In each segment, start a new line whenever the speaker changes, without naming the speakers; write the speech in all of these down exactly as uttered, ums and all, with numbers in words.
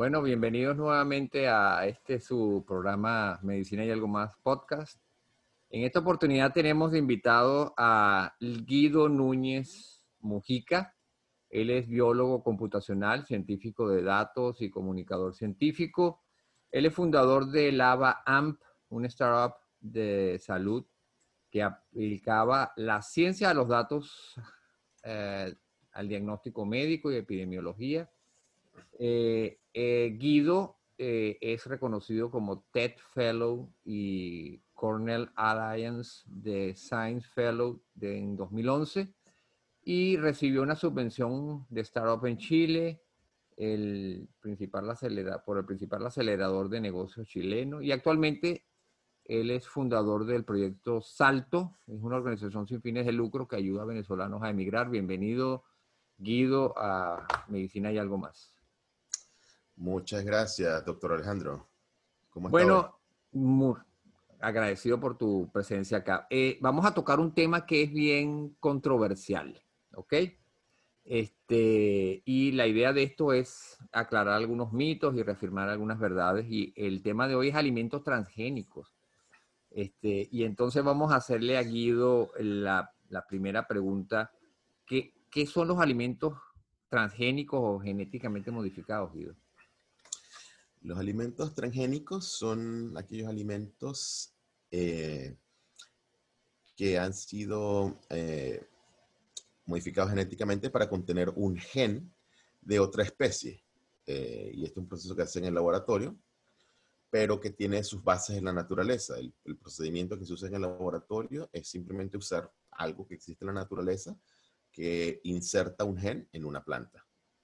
Bueno, bienvenidos nuevamente a este su programa Medicina y Algo Más podcast. En esta oportunidad tenemos de invitado a Guido Núñez Mujica. Él es biólogo computacional, científico de datos y comunicador científico. Él es fundador de Lava Amp, una startup de salud que aplicaba la ciencia de los datos eh, al diagnóstico médico y epidemiología. Eh, eh, Guido eh, es reconocido como TED Fellow y Cornell Alliance de Science Fellow de, en dos mil once y recibió una subvención de Startup en Chile el principal acelera, por el principal acelerador de negocios chileno, y actualmente él es fundador del proyecto Salto. Es una organización sin fines de lucro que ayuda a venezolanos a emigrar. Bienvenido, Guido, a Medicina y Algo Más.
Muchas gracias, doctor Alejandro. ¿Cómo está hoy?
Bueno, muy agradecido por tu presencia acá. Eh, vamos a tocar un tema que es bien controversial, ¿ok? Este, y la idea de esto es aclarar algunos mitos y reafirmar algunas verdades. Y el tema de hoy es alimentos transgénicos. Este, y entonces vamos a hacerle a Guido la, la primera pregunta. ¿Qué, ¿Qué son los alimentos transgénicos o genéticamente modificados, Guido?
Los alimentos transgénicos son aquellos alimentos eh, que han sido eh, modificados genéticamente para contener un gen de otra especie. Eh, y este es un proceso que hace en el laboratorio, pero que tiene sus bases en la naturaleza. El, el procedimiento que se usa en el laboratorio es simplemente usar algo que existe en la naturaleza que inserta un gen en una planta.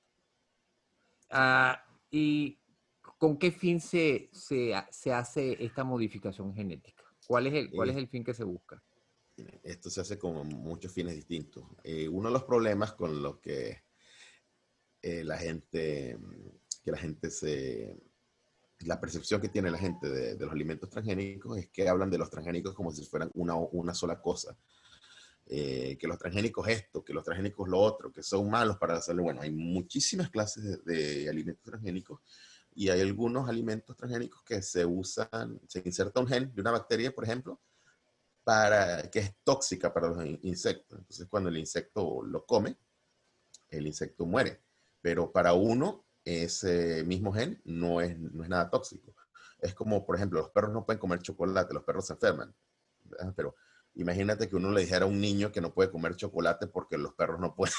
Ah, ¿y con qué fin se, se, se hace esta modificación genética? ¿Cuál es el, cuál es
Eh,
el fin que se busca?
Esto se hace con muchos fines distintos. Eh, uno de los problemas con los que eh, la gente, que la gente se, la percepción que tiene la gente de, de los alimentos transgénicos es que hablan de los transgénicos como si fueran una, una sola cosa. Eh, que los transgénicos esto, que los transgénicos lo otro, que son malos para la salud. Bueno, hay muchísimas clases de, de alimentos transgénicos y hay algunos alimentos transgénicos que se usan, se inserta un gen de una bacteria, por ejemplo, para, que es tóxica para los insectos. Entonces, cuando el insecto lo come, el insecto muere. Pero para uno, ese mismo gen no es, no es nada tóxico. Es como, por ejemplo, los perros no pueden comer chocolate, los perros se enferman. ¿Verdad? Pero imagínate que uno le dijera a un niño que no puede comer chocolate porque los perros no pueden.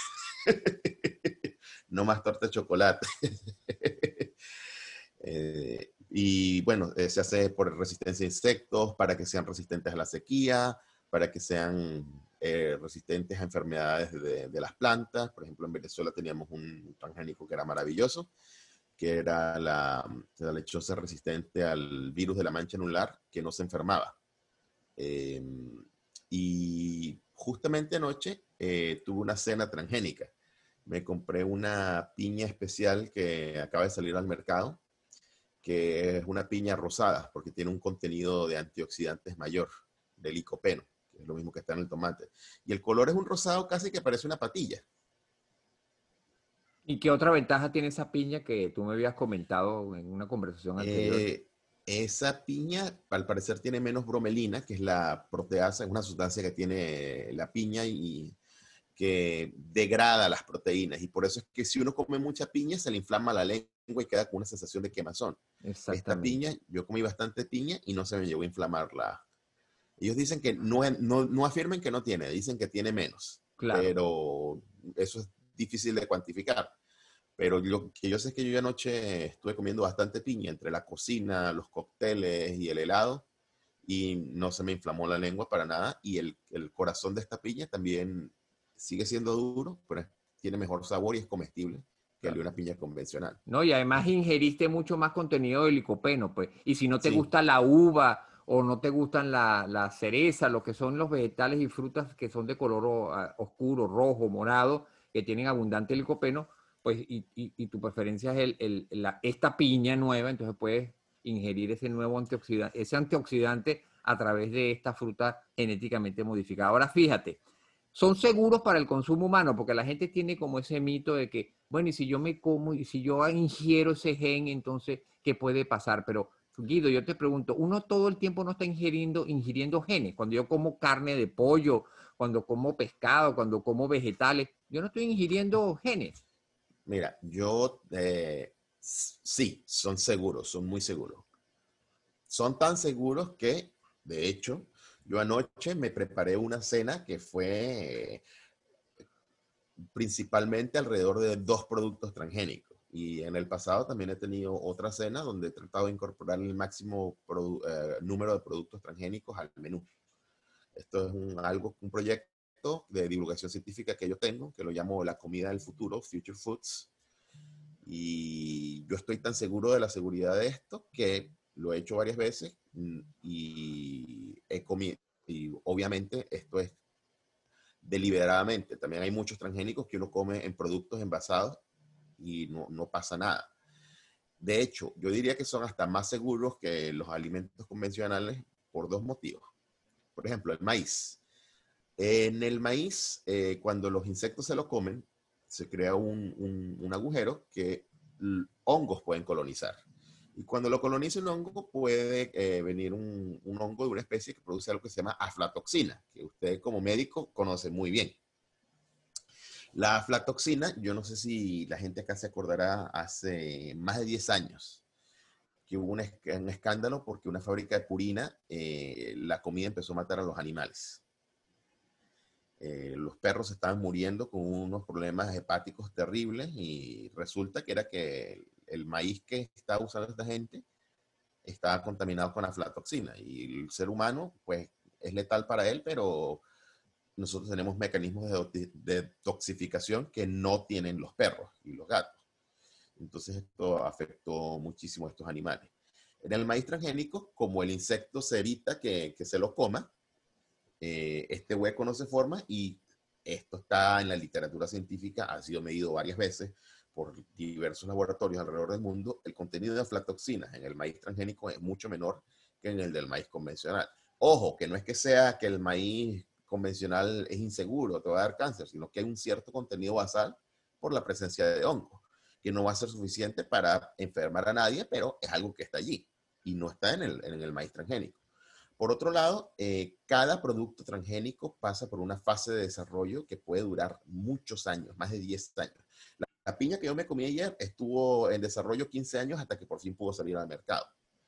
No más torta de chocolate. Eh, y bueno, eh, se hace por resistencia a insectos, para que sean resistentes a la sequía, para que sean eh, resistentes a enfermedades de, de las plantas. Por ejemplo, en Venezuela teníamos un transgénico que era maravilloso, que era la, la lechosa resistente al virus de la mancha anular, que no se enfermaba. Eh, y justamente anoche eh, tuve una cena transgénica. Me compré una piña especial que acaba de salir al mercado, que es una piña rosada, porque tiene un contenido de antioxidantes mayor, de licopeno, que es lo mismo que está en el tomate. Y el color es un rosado casi que parece una patilla.
¿Y qué otra ventaja tiene esa piña que tú me habías comentado en una conversación anterior?
Eh, esa piña, al parecer, tiene menos bromelina, que es la proteasa, es una sustancia que tiene la piña y que degrada las proteínas. Y por eso es que si uno come mucha piña, se le inflama la lengua y queda con una sensación de quemazón. Esta
Exactamente.
piña, yo comí bastante piña y no se me llegó a inflamar la... Ellos dicen que no, no, no afirmen que no tiene, dicen que tiene menos,
Claro.
pero eso es difícil de cuantificar. Pero lo que yo sé es que yo anoche estuve comiendo bastante piña entre la cocina, los cócteles y el helado, y no se me inflamó la lengua para nada. Y el, el corazón de esta piña también sigue siendo duro, pero tiene mejor sabor y es comestible que el de
Claro.
una piña convencional.
No, y además ingeriste mucho más contenido de licopeno, pues. Y si no te
Sí,
gusta la uva o no te gustan la, la cereza, lo que son los vegetales y frutas que son de color o- a- oscuro, rojo, morado, que tienen abundante licopeno, pues, y, y- y tu preferencia es el, el- la, esta piña nueva, entonces puedes ingerir ese nuevo antioxidante, ese antioxidante a través de esta fruta genéticamente modificada. Ahora, fíjate, son seguros para el consumo humano, porque la gente tiene como ese mito de que, bueno, y si yo me como, y si yo ingiero ese gen, entonces, ¿qué puede pasar? Pero, Guido, yo te pregunto, uno todo el tiempo no está ingiriendo, ingiriendo genes. Cuando yo como carne de pollo, cuando como pescado, cuando como vegetales, yo no estoy ingiriendo genes.
Mira, yo eh, sí, son seguros, son muy seguros. Son tan seguros que, de hecho, yo anoche me preparé una cena que fue eh, principalmente alrededor de dos productos transgénicos. Y en el pasado también he tenido otra cena donde he tratado de incorporar el máximo eh, número de productos transgénicos al menú. Esto es un, algo, un proyecto de divulgación científica que yo tengo, que lo llamo la comida del futuro, Future Foods. Y yo estoy tan seguro de la seguridad de esto que lo he hecho varias veces y he comido. Y obviamente esto es deliberadamente. También hay muchos transgénicos que uno come en productos envasados y no, no pasa nada. De hecho, yo diría que son hasta más seguros que los alimentos convencionales por dos motivos. Por ejemplo, el maíz. En el maíz, eh, cuando los insectos se lo comen, se crea un, un, un agujero que hongos pueden colonizar. Y cuando lo coloniza un hongo, puede eh, venir un, un hongo de una especie que produce algo que se llama aflatoxina, que usted como médico conoce muy bien. La aflatoxina, yo no sé si la gente acá se acordará, hace más de diez años que hubo un, un escándalo porque una fábrica de purina, eh, la comida empezó a matar a los animales. Eh, los perros estaban muriendo con unos problemas hepáticos terribles y resulta que era que el, el maíz que estaba usando esta gente estaba contaminado con aflatoxina y el ser humano pues es letal para él, pero nosotros tenemos mecanismos de detoxificación que no tienen los perros y los gatos. Entonces esto afectó muchísimo a estos animales. En el maíz transgénico, como el insecto se evita que, que se lo coma, eh, este hueco no se forma y esto está en la literatura científica, ha sido medido varias veces por diversos laboratorios alrededor del mundo. El contenido de aflatoxinas en el maíz transgénico es mucho menor que en el del maíz convencional. Ojo, que no es que sea que el maíz convencional es inseguro, te va a dar cáncer, sino que hay un cierto contenido basal por la presencia de hongos, que no va a ser suficiente para enfermar a nadie, pero es algo que está allí y no está en el, en el maíz transgénico. Por otro lado, eh, cada producto transgénico pasa por una fase de desarrollo que puede durar muchos años, más de diez años. La, la piña que yo me comí ayer estuvo en desarrollo quince años hasta que por fin pudo salir al mercado.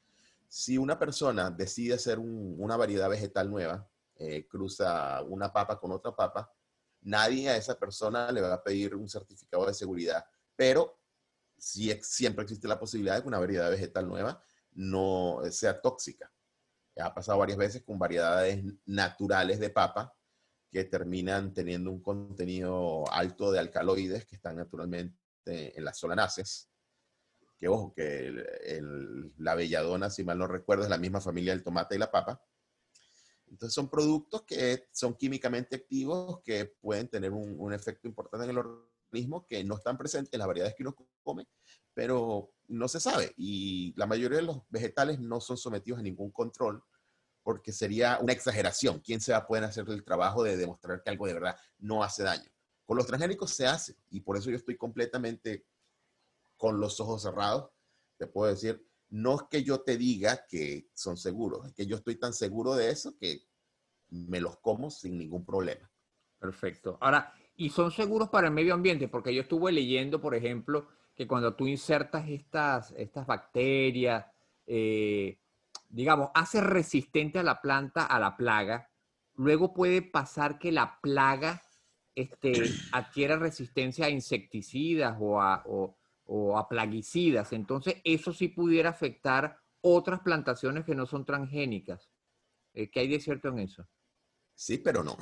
Si una persona decide hacer un, una variedad vegetal nueva, eh, cruza una papa con otra papa, nadie a esa persona le va a pedir un certificado de seguridad, pero sí, siempre existe la posibilidad de que una variedad vegetal nueva no sea tóxica. Ha pasado varias veces con variedades naturales de papa que terminan teniendo un contenido alto de alcaloides que están naturalmente en las solanáceas. Que ojo, que el, el, la belladona, si mal no recuerdo, es la misma familia del tomate y la papa. Entonces son productos que son químicamente activos que pueden tener un, un efecto importante en el organismo que no están presentes en las variedades que uno come, pero no se sabe. Y la mayoría de los vegetales no son sometidos a ningún control porque sería una exageración. ¿Quién se va a poder hacer el trabajo de demostrar que algo de verdad no hace daño? Con los transgénicos se hace y por eso yo estoy completamente con los ojos cerrados. Te puedo decir, no es que yo te diga que son seguros, es que yo estoy tan seguro de eso que me los como sin ningún problema.
Perfecto. Ahora, ¿y son seguros para el medio ambiente? Porque yo estuve leyendo, por ejemplo, que cuando tú insertas estas, estas bacterias, eh, digamos, hace resistente a la planta, a la plaga, luego puede pasar que la plaga este, adquiera resistencia a insecticidas o a, o, o a plaguicidas. Entonces, eso sí pudiera afectar otras plantaciones que no son transgénicas. Eh, ¿Qué hay de cierto en eso?
Sí, pero no.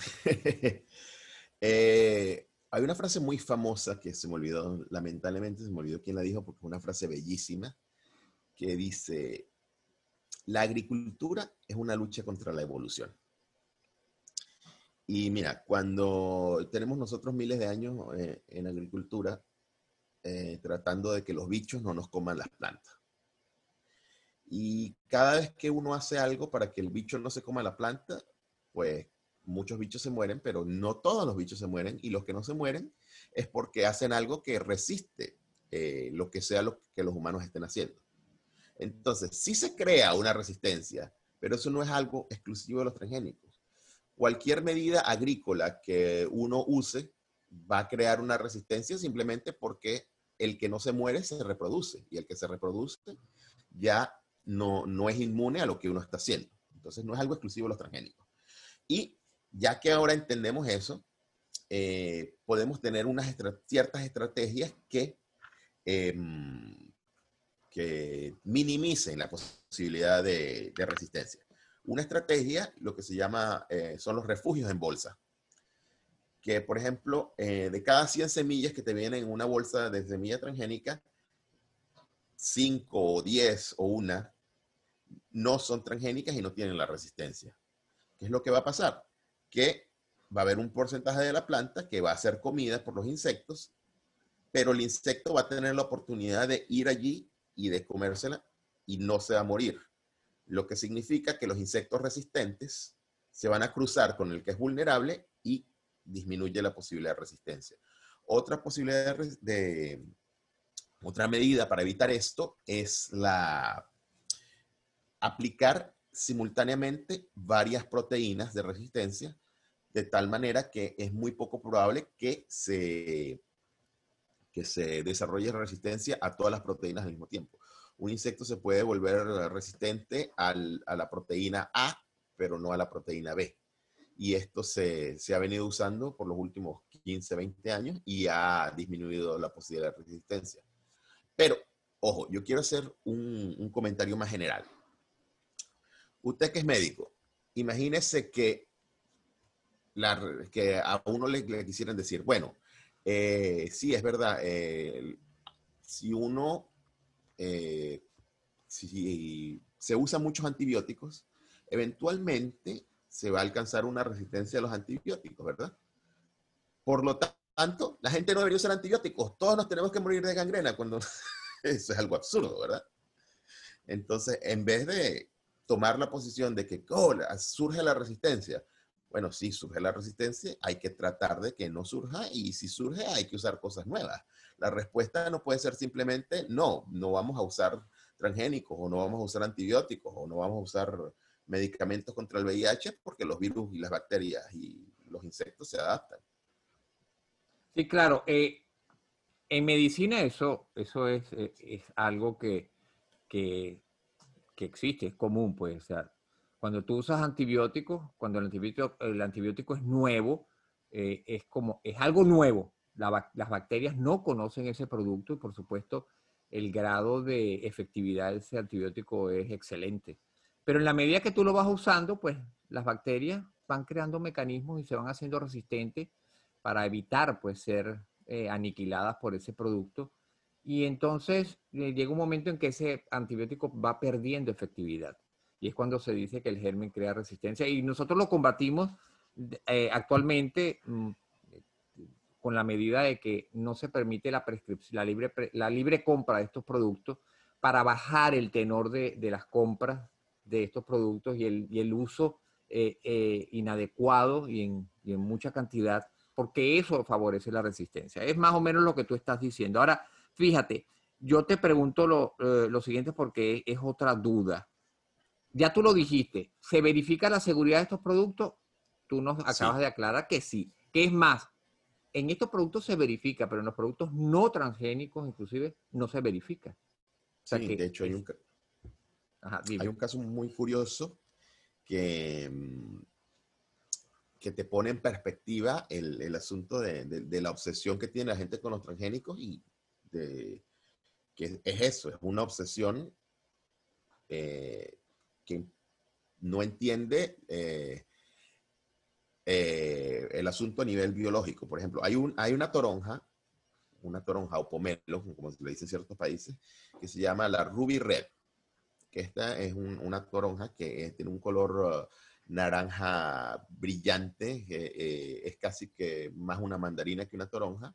eh, hay una frase muy famosa que se me olvidó, lamentablemente se me olvidó quién la dijo porque es una frase bellísima, que dice, la agricultura es una lucha contra la evolución. Y mira, cuando tenemos nosotros miles de años eh, en agricultura, eh, tratando de que los bichos no nos coman las plantas. Y cada vez que uno hace algo para que el bicho no se coma la planta, pues muchos bichos se mueren, pero no todos los bichos se mueren, y los que no se mueren es porque hacen algo que resiste eh, lo que sea lo que los humanos estén haciendo. Entonces, sí se crea una resistencia, pero eso no es algo exclusivo de los transgénicos. Cualquier medida agrícola que uno use va a crear una resistencia simplemente porque el que no se muere se reproduce, y el que se reproduce ya no, no es inmune a lo que uno está haciendo. Entonces, no es algo exclusivo de los transgénicos. Y ya que ahora entendemos eso, eh, podemos tener unas estra ciertas estrategias que, eh, que minimicen la posibilidad de, de, resistencia. Una estrategia, lo que se llama, eh, son los refugios en bolsa. Que, por ejemplo, eh, de cada cien semillas que te vienen en una bolsa de semilla transgénica, cinco o diez o una no son transgénicas y no tienen la resistencia. ¿Qué es lo que va a pasar? Que va a haber un porcentaje de la planta que va a ser comida por los insectos, pero el insecto va a tener la oportunidad de ir allí y de comérsela y no se va a morir. Lo que significa que los insectos resistentes se van a cruzar con el que es vulnerable y disminuye la posibilidad de resistencia. Otra posibilidad de, de otra medida para evitar esto es la aplicar simultáneamente varias proteínas de resistencia, de tal manera que es muy poco probable que se, que se desarrolle resistencia a todas las proteínas al mismo tiempo. Un insecto se puede volver resistente al, a la proteína A, pero no a la proteína B. Y esto se, se ha venido usando por los últimos quince, veinte años y ha disminuido la posibilidad de resistencia. Pero, ojo, yo quiero hacer un, un comentario más general. Usted que es médico, imagínese que, la, que a uno le, le quisieran decir, bueno, eh, sí, es verdad, eh, si uno, eh, si se usan muchos antibióticos, eventualmente se va a alcanzar una resistencia a los antibióticos, ¿verdad? Por lo tanto, la gente no debería usar antibióticos, todos nos tenemos que morir de gangrena cuando eso es algo absurdo, ¿verdad? Entonces, en vez de tomar la posición de que oh, surge la resistencia, bueno, sí, surge la resistencia, hay que tratar de que no surja, y si surge hay que usar cosas nuevas. La respuesta no puede ser simplemente no, no vamos a usar transgénicos, o no vamos a usar antibióticos, o no vamos a usar medicamentos contra el V I H, porque los virus y las bacterias y los insectos se adaptan.
Sí, claro. Eh, en medicina eso, eso es, es, es algo que, que, que existe, es común, pues. O sea, cuando tú usas antibióticos, cuando el antibiótico, el antibiótico es nuevo, eh, es como, es algo nuevo. La, las bacterias no conocen ese producto y, por supuesto, el grado de efectividad de ese antibiótico es excelente. Pero en la medida que tú lo vas usando, pues las bacterias van creando mecanismos y se van haciendo resistentes para evitar, pues, ser eh, aniquiladas por ese producto. Y entonces eh, llega un momento en que ese antibiótico va perdiendo efectividad. Y es cuando se dice que el germen crea resistencia. Y nosotros lo combatimos eh, actualmente mmm, con la medida de que no se permite la, la, libre, la libre compra de estos productos para bajar el tenor de, de las compras de estos productos y el, y el uso eh, eh, inadecuado y en, y en mucha cantidad, porque eso favorece la resistencia. Es más o menos lo que tú estás diciendo. Ahora, fíjate, yo te pregunto lo, eh, lo siguiente porque es otra duda. Ya tú lo dijiste, ¿se verifica la seguridad de estos productos? Tú nos acabas
Sí.
de aclarar que sí. ¿Qué es más? En estos productos se verifica, pero en los productos no transgénicos inclusive no se verifica. O sea
Sí,
que
de hecho hay
es...
un,
Ajá,
hay
dime.
un caso muy curioso que, que te pone en perspectiva el, el asunto de, de, de, la obsesión que tiene la gente con los transgénicos, y de, que es eso, es una obsesión eh, que no entiende eh, eh, el asunto a nivel biológico. Por ejemplo, hay, un, hay una toronja, una toronja o pomelo, como se le dice en ciertos países, que se llama la Ruby Red, que esta es un, una toronja que es, tiene un color uh, naranja brillante, eh, eh, es casi que más una mandarina que una toronja.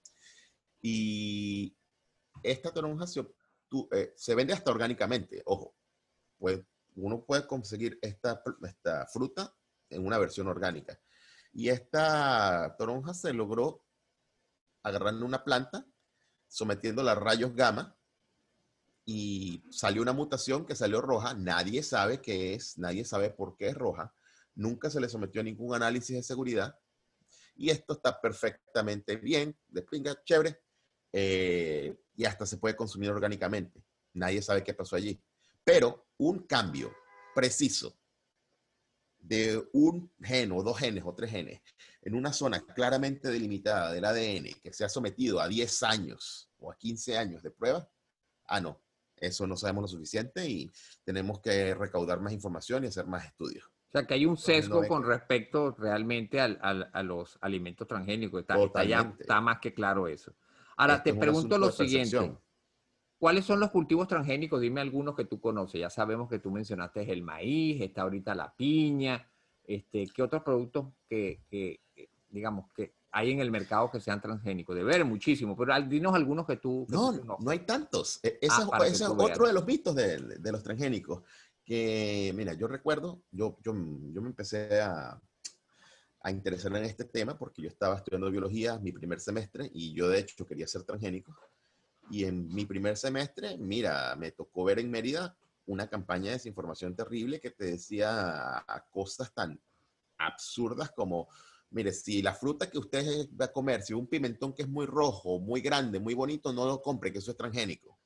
Y esta toronja se, obtu, eh, se vende hasta orgánicamente, ojo, pues uno puede conseguir esta, esta fruta en una versión orgánica. Y esta toronja se logró agarrando una planta, sometiéndola a rayos gamma, y salió una mutación que salió roja. Nadie sabe qué es, nadie sabe por qué es roja. Nunca se le sometió a ningún análisis de seguridad. Y esto está perfectamente bien, de pinga, chévere, eh, y hasta se puede consumir orgánicamente. Nadie sabe qué pasó allí. Pero un cambio preciso de un gen o dos genes o tres genes en una zona claramente delimitada del A D N que se ha sometido a diez años o a quince años de prueba, ah, no, eso no sabemos lo suficiente y tenemos que recaudar más información y hacer más estudios.
O sea, que hay un
Entonces, no
sesgo
es
con
que...
respecto realmente al, al, a los alimentos transgénicos. Está, está ya
Totalmente.
está más que claro eso. Ahora,
Esto
te
es un
pregunto
asunto
lo
de
siguiente.
percepción.
¿Cuáles son los cultivos transgénicos? Dime algunos que tú conoces. Ya sabemos que tú mencionaste el maíz, está ahorita la piña. Este, ¿qué otros productos que, que, digamos, que hay en el mercado que sean transgénicos? Debe haber muchísimos, pero dinos algunos que tú, que tú
No, no
conozcas.
hay tantos. E- Ese
Ah,
es,
para que
ese es
tú veas.
otro de los mitos de, de los transgénicos. Que, mira, yo recuerdo, yo, yo, yo me empecé a, a interesar en este tema porque yo estaba estudiando biología mi primer semestre y yo de hecho quería ser transgénico. Y en mi primer semestre, mira, me tocó ver en Mérida una campaña de desinformación terrible que te decía cosas tan absurdas como, mire, si la fruta que usted va a comer, si un pimentón que es muy rojo, muy grande, muy bonito, no lo compre, que eso es transgénico.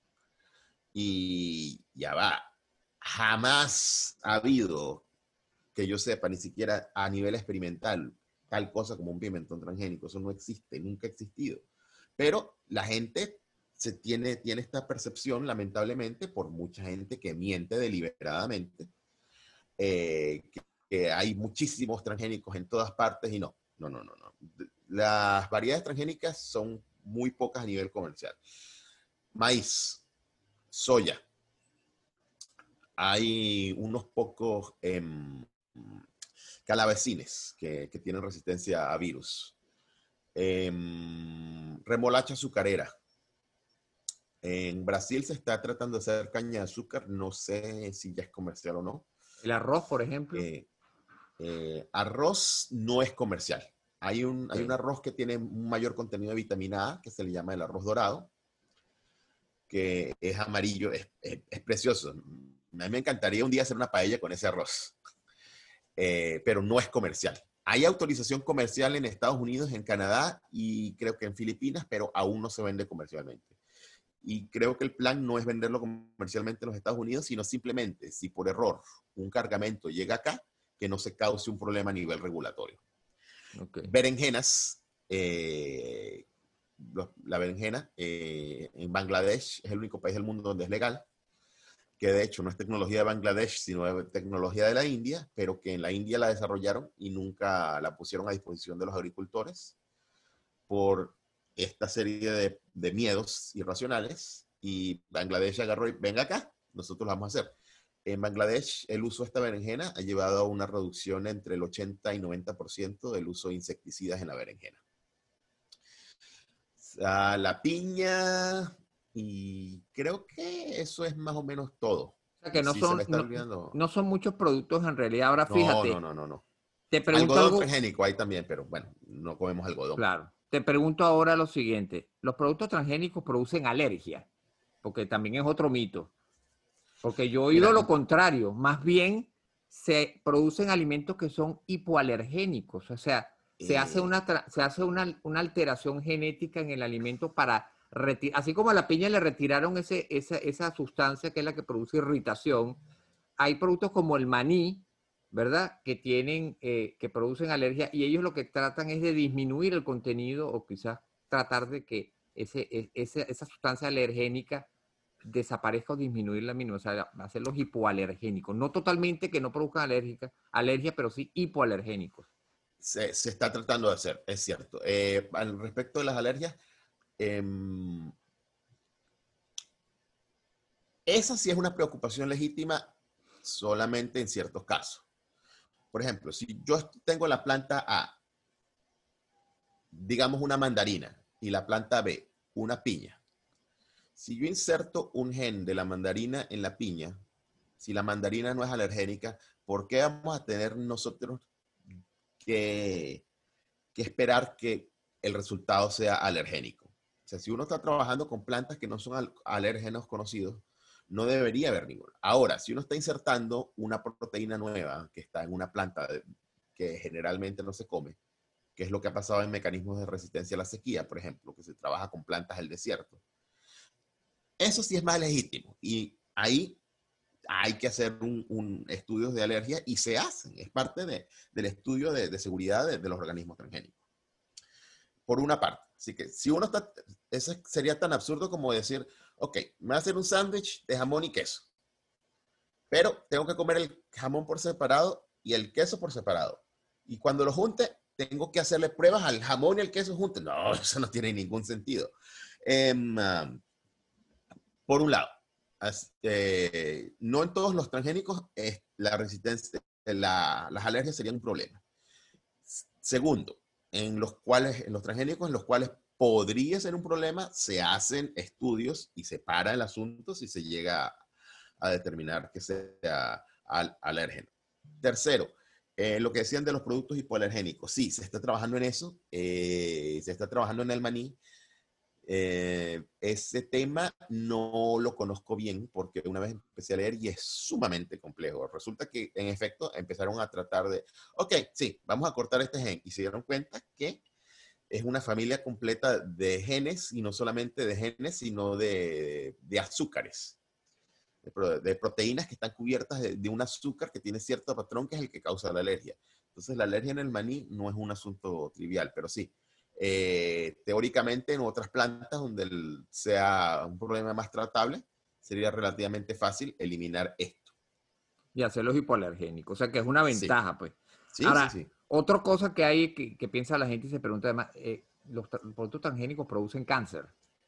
Y ya va, jamás ha habido, que yo sepa, ni siquiera a nivel experimental, tal cosa como un pimentón transgénico. Eso no existe, nunca ha existido. Pero la gente se tiene, tiene esta percepción, lamentablemente, por mucha gente que miente deliberadamente, eh, que, que hay muchísimos transgénicos en todas partes y no, no, no, no, no. Las variedades transgénicas son muy pocas a nivel comercial. Maíz, soya, hay unos pocos eh, calabacines que, que, tienen resistencia a virus. Eh, remolacha azucarera. En Brasil se está tratando de hacer caña de azúcar, no sé si ya es comercial o no.
El arroz, por ejemplo.
Eh, eh, arroz no es comercial. Hay un, hay un
Okay.
arroz que tiene un mayor contenido de vitamina A, que se le llama el arroz dorado, que es amarillo, es, es, es precioso. A mí me encantaría un día hacer una paella con ese arroz, eh, pero no es comercial. Hay autorización comercial en Estados Unidos, en Canadá y creo que en Filipinas, pero aún no se vende comercialmente. Y creo que el plan no es venderlo comercialmente en los Estados Unidos, sino simplemente, si por error un cargamento llega acá, que no se cause un problema a nivel regulatorio.
Okay.
Berenjenas, eh, la berenjena eh, en Bangladesh es el único país del mundo donde es legal, que de hecho no es tecnología de Bangladesh, sino es tecnología de la India, pero que en la India la desarrollaron y nunca la pusieron a disposición de los agricultores por esta serie de, de miedos irracionales, y Bangladesh agarró y venga acá, nosotros lo vamos a hacer. En Bangladesh el uso de esta berenjena ha llevado a una reducción entre el ochenta y noventa por ciento del uso de insecticidas en la berenjena. Uh, la piña, y creo que eso es más o menos todo.
O sea, que no
Si se me
son,
está
no,
olvidando.
no son muchos productos en realidad. Ahora
No, no,
fíjate,
no, no, no.
te pregunto
Algodón
algo,
transgénico hay también, pero bueno, no comemos algodón.
claro, te pregunto ahora lo siguiente. ¿Los productos transgénicos producen alergia? Porque también es otro mito. Porque yo he oído
Mira,
lo contrario, más bien se producen alimentos que son hipoalergénicos, o sea, se hace
eh,
una, se hace una, una alteración genética en el alimento para retirar, así como a la piña le retiraron ese, esa, esa sustancia que es la que produce irritación, hay productos como el maní, ¿verdad? Que tienen, eh, que producen alergia y ellos lo que tratan es de disminuir el contenido o quizás tratar de que ese, ese, esa sustancia alergénica desaparezca o disminuirla mínimo, o sea, hacerlos hipoalergénicos. No totalmente que no produzcan alérgica, alergia, pero sí hipoalergénicos.
se, se, está tratando de hacer, es cierto. Eh, al respecto de las alergias, eh, esa sí es una preocupación legítima solamente en ciertos casos. Por ejemplo, si yo tengo la planta A, digamos una mandarina, y la planta B, una piña. Si yo inserto un gen de la mandarina en la piña, si la mandarina no es alergénica, ¿por qué vamos a tener nosotros que, que esperar que el resultado sea alergénico? O sea, si uno está trabajando con plantas que no son al alérgenos conocidos, no debería haber ninguno. Ahora, si uno está insertando una proteína nueva que está en una planta de, que generalmente no se come, que es lo que ha pasado en mecanismos de resistencia a la sequía, por ejemplo, que se trabaja con plantas del desierto, eso sí es más legítimo. Y ahí hay que hacer un, un estudios de alergia y se hacen. Es parte de, del estudio de, de seguridad de, de los organismos transgénicos. Por una parte. Así que si uno está, eso sería tan absurdo como decir, ok, me voy a hacer un sándwich de jamón y queso, pero tengo que comer el jamón por separado y el queso por separado. Y cuando lo junte, tengo que hacerle pruebas al jamón y el queso juntos. No, eso no tiene ningún sentido. Eh, um, por un lado, eh, no en todos los transgénicos eh, la resistencia, la, las alergias serían un problema. Segundo, en los cuales, en los transgénicos en los cuales podría ser un problema, se hacen estudios y se para el asunto si se llega a, a determinar que sea al, alérgeno. Tercero, eh, lo que decían de los productos hipoalergénicos. Sí, se está trabajando en eso, eh, se está trabajando en el maní. Eh, ese tema no lo conozco bien porque una vez empecé a leer y es sumamente complejo. Resulta que en efecto empezaron a tratar de, ok, sí, vamos a cortar este gen y se dieron cuenta que es una familia completa de genes y no solamente de genes, sino de, de azúcares, de, de, proteínas que están cubiertas de, de un azúcar que tiene cierto patrón que es el que causa la alergia. Entonces la alergia en el maní no es un asunto trivial, pero sí. Eh, teóricamente en otras plantas donde el, sea un problema más tratable, sería relativamente fácil eliminar esto.
Y hacerlos hipoalergénicos. O sea que es una
Sí,
ventaja, pues.
sí, sí,
Ahora,
sí.
otra cosa que hay que, que piensa la gente y se pregunta además, eh, ¿los productos transgénicos producen cáncer?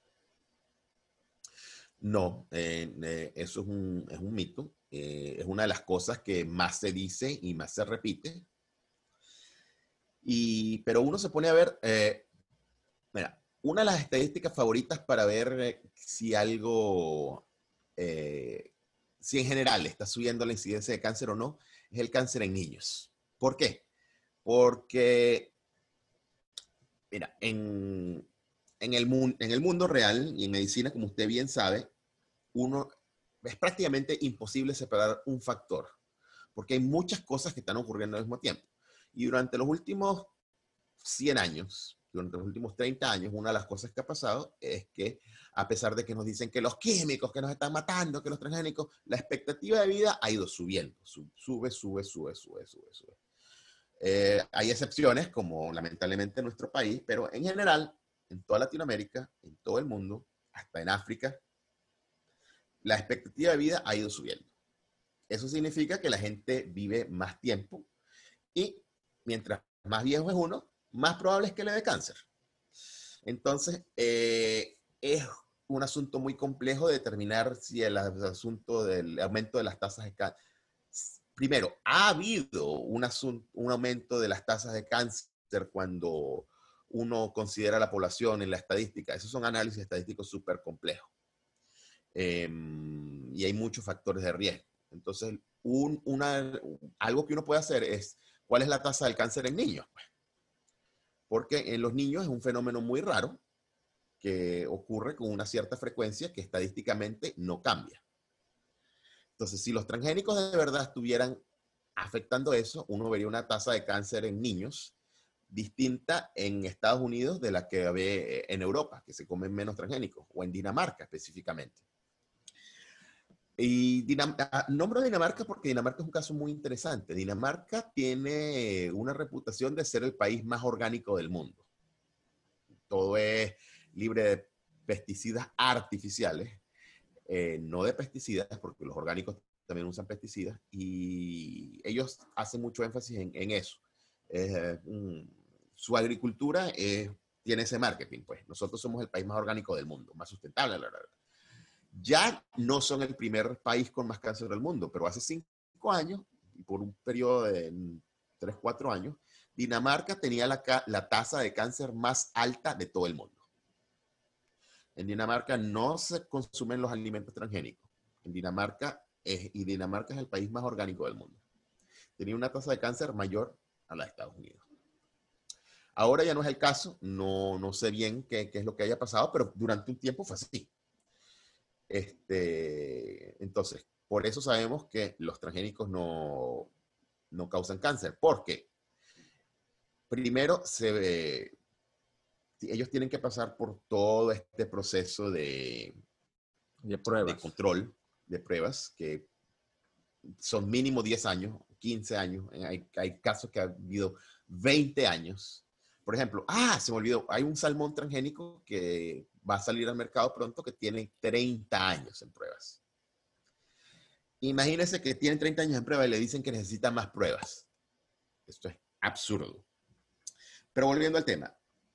No, eh, eh, eso es un, es un mito. Eh, es una de las cosas que más se dice y más se repite. Y, pero uno se pone a ver, eh, mira, una de las estadísticas favoritas para ver eh, si algo, eh, si en general está subiendo la incidencia de cáncer o no, es el cáncer en niños. ¿Por qué? Porque, mira, en, en, el, en el mundo real y en medicina, como usted bien sabe, uno es prácticamente imposible separar un factor, porque hay muchas cosas que están ocurriendo al mismo tiempo. Y durante los últimos cien años, durante los últimos treinta años, una de las cosas que ha pasado es que, a pesar de que nos dicen que los químicos que nos están matando, que los transgénicos, la expectativa de vida ha ido subiendo. Sube, sube, sube, sube, sube, sube. sube. Eh, hay excepciones, como lamentablemente en nuestro país, pero en general, en toda Latinoamérica, en todo el mundo, hasta en África, la expectativa de vida ha ido subiendo. Eso significa que la gente vive más tiempo y mientras más viejo es uno, más probable es que le dé cáncer. Entonces, eh, es un asunto muy complejo determinar si el, el asunto del aumento de las tasas de cáncer. Primero, ha habido un, asunto, un aumento de las tasas de cáncer cuando uno considera la población en la estadística. Esos son análisis estadísticos súper complejos. Eh, y hay muchos factores de riesgo. Entonces, un, una, algo que uno puede hacer es, ¿cuál es la tasa del cáncer en niños? Pues, porque en los niños es un fenómeno muy raro que ocurre con una cierta frecuencia que estadísticamente no cambia. Entonces, si los transgénicos de verdad estuvieran afectando eso, uno vería una tasa de cáncer en niños distinta en Estados Unidos de la que ve en Europa, que se comen menos transgénicos, o en Dinamarca específicamente. Y Dinam nombro a Dinamarca porque Dinamarca es un caso muy interesante. Dinamarca tiene una reputación de ser el país más orgánico del mundo. Todo es libre de pesticidas artificiales, eh, no de pesticidas, porque los orgánicos también usan pesticidas, y ellos hacen mucho énfasis en, en eso. Eh, mm, su agricultura eh, tiene ese marketing, pues. Nosotros somos el país más orgánico del mundo, más sustentable, la verdad. Ya no son el primer país con más cáncer del mundo, pero hace cinco años, y por un periodo de tres, cuatro años, Dinamarca tenía la, la tasa de cáncer más alta de todo el mundo. En Dinamarca no se consumen los alimentos transgénicos. En Dinamarca, es, y Dinamarca es el país más orgánico del mundo. tenía una tasa de cáncer mayor a la de Estados Unidos. Ahora ya no es el caso, no, no sé bien qué, qué es lo que haya pasado, pero durante un tiempo fue así. Este, entonces, por eso sabemos que los transgénicos no, no causan cáncer, porque primero se, ellos tienen que pasar por todo este proceso de,
de pruebas,
de control, de pruebas, que son mínimo diez años, quince años. Hay, hay casos que ha habido veinte años. Por ejemplo, ah, se me olvidó, hay un salmón transgénico que va a salir al mercado pronto que tiene treinta años en pruebas. Imagínense que tienen treinta años en pruebas y le dicen que necesitan más pruebas. Esto es absurdo. Pero volviendo al tema,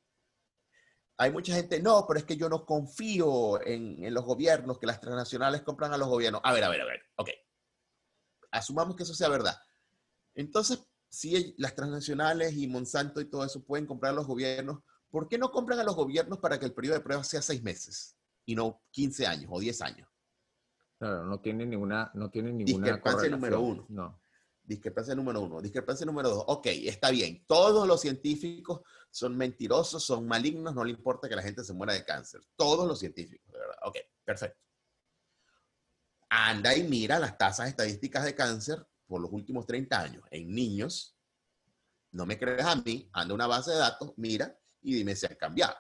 hay mucha gente, no, pero es que yo no confío en, en los gobiernos, que las transnacionales compran a los gobiernos. A ver, a ver, a ver, ok. Asumamos que eso sea verdad. Entonces, si las transnacionales y Monsanto y todo eso pueden comprar a los gobiernos, ¿por qué no compran a los gobiernos para que el periodo de prueba sea seis meses y no quince años o diez años?
Claro, no tiene ninguna, no tiene ninguna
Discrepancia número
correlación.
uno.
No.
Discrepancia número uno. Discrepancia número dos. Ok, está bien. Todos los científicos son mentirosos, son malignos, no le importa que la gente se muera de cáncer. Todos los científicos, de verdad. Ok, perfecto. Anda y mira las tasas estadísticas de cáncer por los últimos treinta años en niños. No me creas a mí, anda a una base de datos, mira y dime si han cambiado.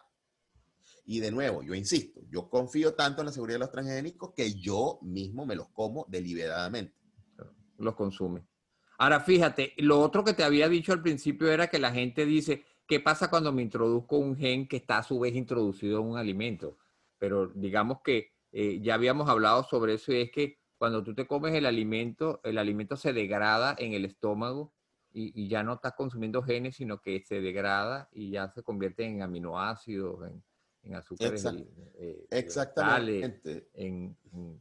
Y de nuevo, yo insisto, yo confío tanto en la seguridad de los transgénicos que yo mismo me los como deliberadamente.
Los consume. Ahora, fíjate, lo otro que te había dicho al principio era que la gente dice, ¿qué pasa cuando me introduzco un gen que está a su vez introducido en un alimento? Pero digamos que eh, ya habíamos hablado sobre eso y es que cuando tú te comes el alimento, el alimento se degrada en el estómago y, y ya no estás consumiendo genes, sino que se degrada y ya se convierte en aminoácidos, en, en azúcares
Exact,
eh, vegetales,
exactamente.
en, en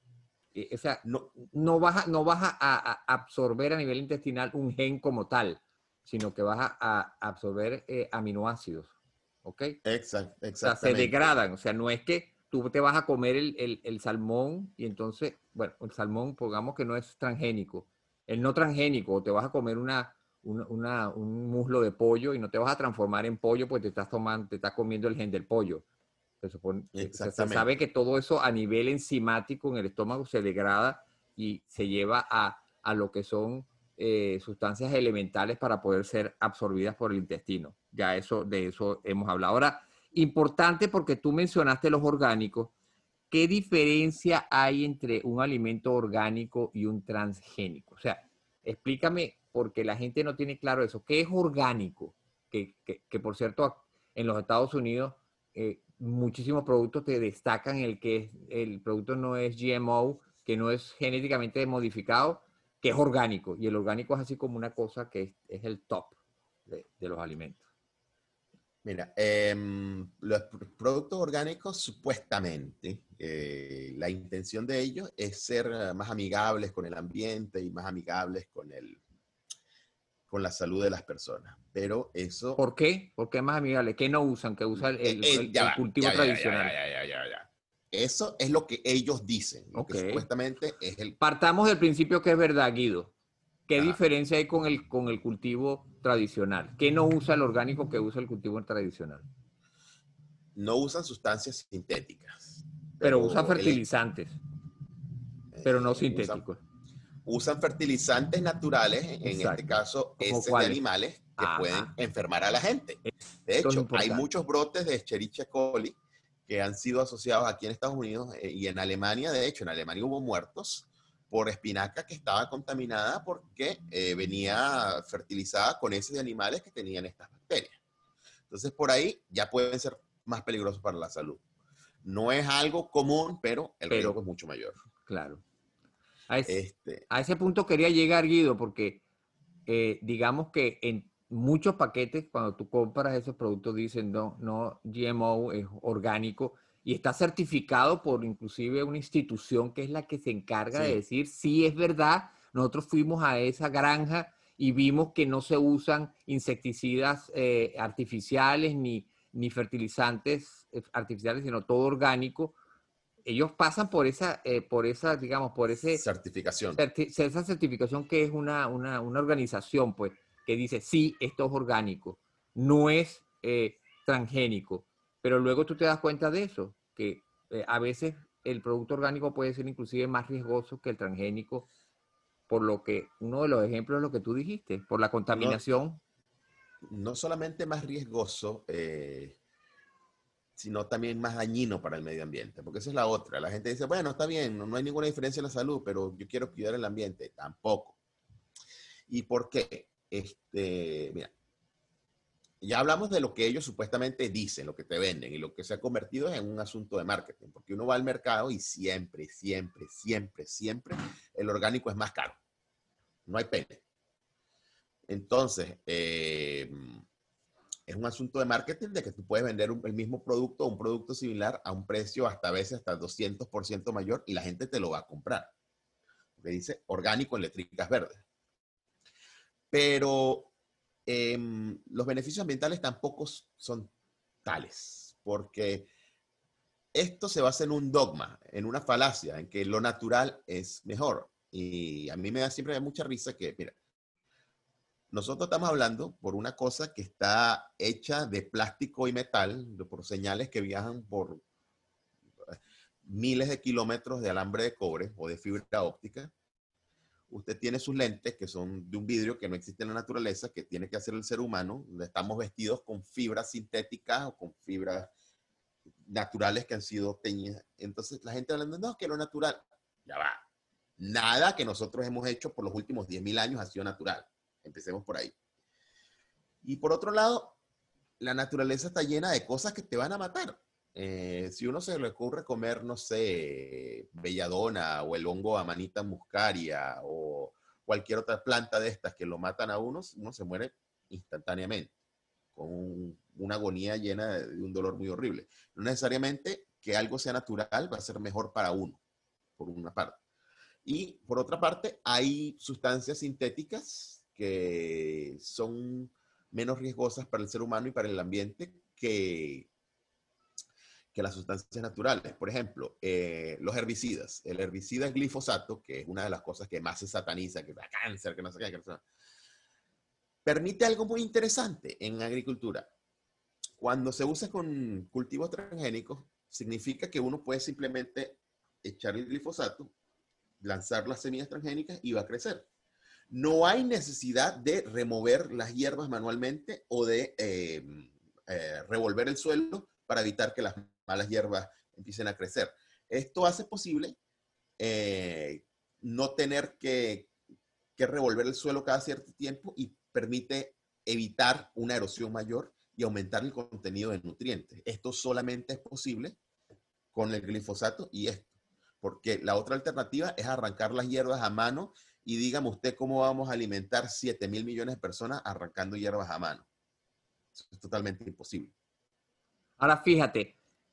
o sea,
No,
no vas, a, no vas a, a, absorber a nivel intestinal un gen como tal, sino que vas a, a absorber eh, aminoácidos, ¿ok?
exact,
O sea, se
exactamente.
degradan, o sea, no es que tú te vas a comer el, el, el salmón y entonces, bueno, el salmón, pongamos que no es transgénico, el no transgénico, o te vas a comer una, una, una, un muslo de pollo y no te vas a transformar en pollo porque te estás tomando, te estás comiendo el gen del pollo. Se supone, o sea, se sabe
Exactamente.
que todo eso a nivel enzimático en el estómago se degrada y se lleva a, a lo que son eh, sustancias elementales para poder ser absorbidas por el intestino. Ya eso, de eso hemos hablado. Ahora, importante porque tú mencionaste los orgánicos. ¿Qué diferencia hay entre un alimento orgánico y un transgénico? O sea, explícame, porque la gente no tiene claro eso. ¿Qué es orgánico? Que, que, que por cierto, en los Estados Unidos, eh, muchísimos productos te destacan el que es, el producto no es G M O, que no es genéticamente modificado, que es orgánico. Y el orgánico es así como una cosa que es, es el top de, de los alimentos.
Mira, eh, los productos orgánicos supuestamente, eh, la intención de ellos es ser más amigables con el ambiente y más amigables con, el, con la salud de las personas. Pero eso...
¿Por qué? ¿Por qué es más amigable? ¿Qué no usan? ¿Qué usa el,
Eh,
el,
eh,
el,
ya
el
va,
cultivo
ya, ya, ya, ya,
tradicional?
ya, ya, ya, ya. Eso es lo que ellos dicen, lo que
Ok.
supuestamente es el...
Partamos del principio que es verdad, Guido. ¿Qué
Ajá.
diferencia hay con el, con el cultivo tradicional? ¿Qué no usa el orgánico que usa el cultivo tradicional?
No usan sustancias sintéticas,
Pero usa
pero el,
fertilizantes, pero no
eh, usan,
sintéticos.
usan fertilizantes naturales, en este
Exacto.
caso
¿Como
heces de
cuáles?
animales que pueden
Ajá.
enfermar a la gente. De
Esto es
hecho, hay
importante.
muchos brotes de Escherichia coli que han sido asociados aquí en Estados Unidos eh, y en Alemania. De hecho, en Alemania hubo muertos por espinaca que estaba contaminada porque eh, venía fertilizada con heces de animales que tenían estas bacterias. Entonces, por ahí ya pueden ser más peligrosos para la salud. No es algo común, pero el riesgo
Pero,
es mucho mayor.
claro. A, es,
Este,
a ese punto quería llegar, Guido, porque eh, digamos que en muchos paquetes, cuando tú compras esos productos, dicen no, no G M O, es orgánico y está certificado por inclusive una institución que es la que se encarga de
sí,
decir si es verdad. Nosotros fuimos a esa granja y vimos que no se usan insecticidas eh, artificiales ni, ni fertilizantes eh, artificiales, sino todo orgánico. ellos pasan por esa, eh, por esa, digamos, por ese,
Certificación.
certi- esa certificación que es una, una, una organización, pues, que dice, sí, esto es orgánico, no es eh, transgénico, pero luego tú te das cuenta de eso, que eh, a veces el producto orgánico puede ser inclusive más riesgoso que el transgénico, por lo que uno de los ejemplos es lo que tú dijiste, por la
No,
contaminación.
no solamente más riesgoso, eh, sino también más dañino para el medio ambiente, porque esa es la otra. La gente dice, bueno, está bien, no, no hay ninguna diferencia en la salud, pero yo quiero cuidar el ambiente. Tampoco. ¿Y por qué? Este, mira, ya hablamos de lo que ellos supuestamente dicen, lo que te venden, y lo que se ha convertido en un asunto de marketing, porque uno va al mercado y siempre, siempre, siempre, siempre el orgánico es más caro. No hay pene. Entonces, eh, es un asunto de marketing de que tú puedes vender un, el mismo producto o un producto similar a un precio hasta a veces hasta doscientos por ciento mayor y la gente te lo va a comprar. Porque dice orgánico en letricas verdes. Pero eh, los beneficios ambientales tampoco son tales, porque esto se basa en un dogma, en una falacia, en que lo natural es mejor. Y a mí me da siempre me da mucha risa que, mira, nosotros estamos hablando por una cosa que está hecha de plástico y metal, por señales que viajan por miles de kilómetros de alambre de cobre o de fibra óptica. Usted tiene sus lentes que son de un vidrio que no existe en la naturaleza, que tiene que hacer el ser humano. Estamos vestidos con fibras sintéticas o con fibras naturales que han sido teñidas. Entonces la gente hablando, no, que lo natural, ya va. Nada que nosotros hemos hecho por los últimos diez mil años ha sido natural. Empecemos por ahí. Y por otro lado, la naturaleza está llena de cosas que te van a matar. Eh, si uno se le ocurre comer, no sé, belladona o el hongo Amanita muscaria o cualquier otra planta de estas que lo matan a uno, uno se muere instantáneamente, con un, una agonía llena de, de un dolor muy horrible. No necesariamente que algo sea natural va a ser mejor para uno, por una parte. Y por otra parte, hay sustancias sintéticas que son menos riesgosas para el ser humano y para el ambiente que, que las sustancias naturales. Por ejemplo, eh, los herbicidas. El herbicida glifosato, que es una de las cosas que más se sataniza, que da cáncer, que no sé qué, que no sé qué, permite algo muy interesante en agricultura. Cuando se usa con cultivos transgénicos, significa que uno puede simplemente echar el glifosato, lanzar las semillas transgénicas y va a crecer. No hay necesidad de remover las hierbas manualmente o de eh, eh, revolver el suelo para evitar que las malas hierbas empiecen a crecer. Esto hace posible eh, no tener que, que revolver el suelo cada cierto tiempo y permite evitar una erosión mayor y aumentar el contenido de nutrientes. Esto solamente es posible con el glifosato y esto, porque la otra alternativa es arrancar las hierbas a mano y dígame usted cómo vamos a alimentar siete mil millones de personas arrancando hierbas a mano. Eso es totalmente imposible.
Ahora fíjate,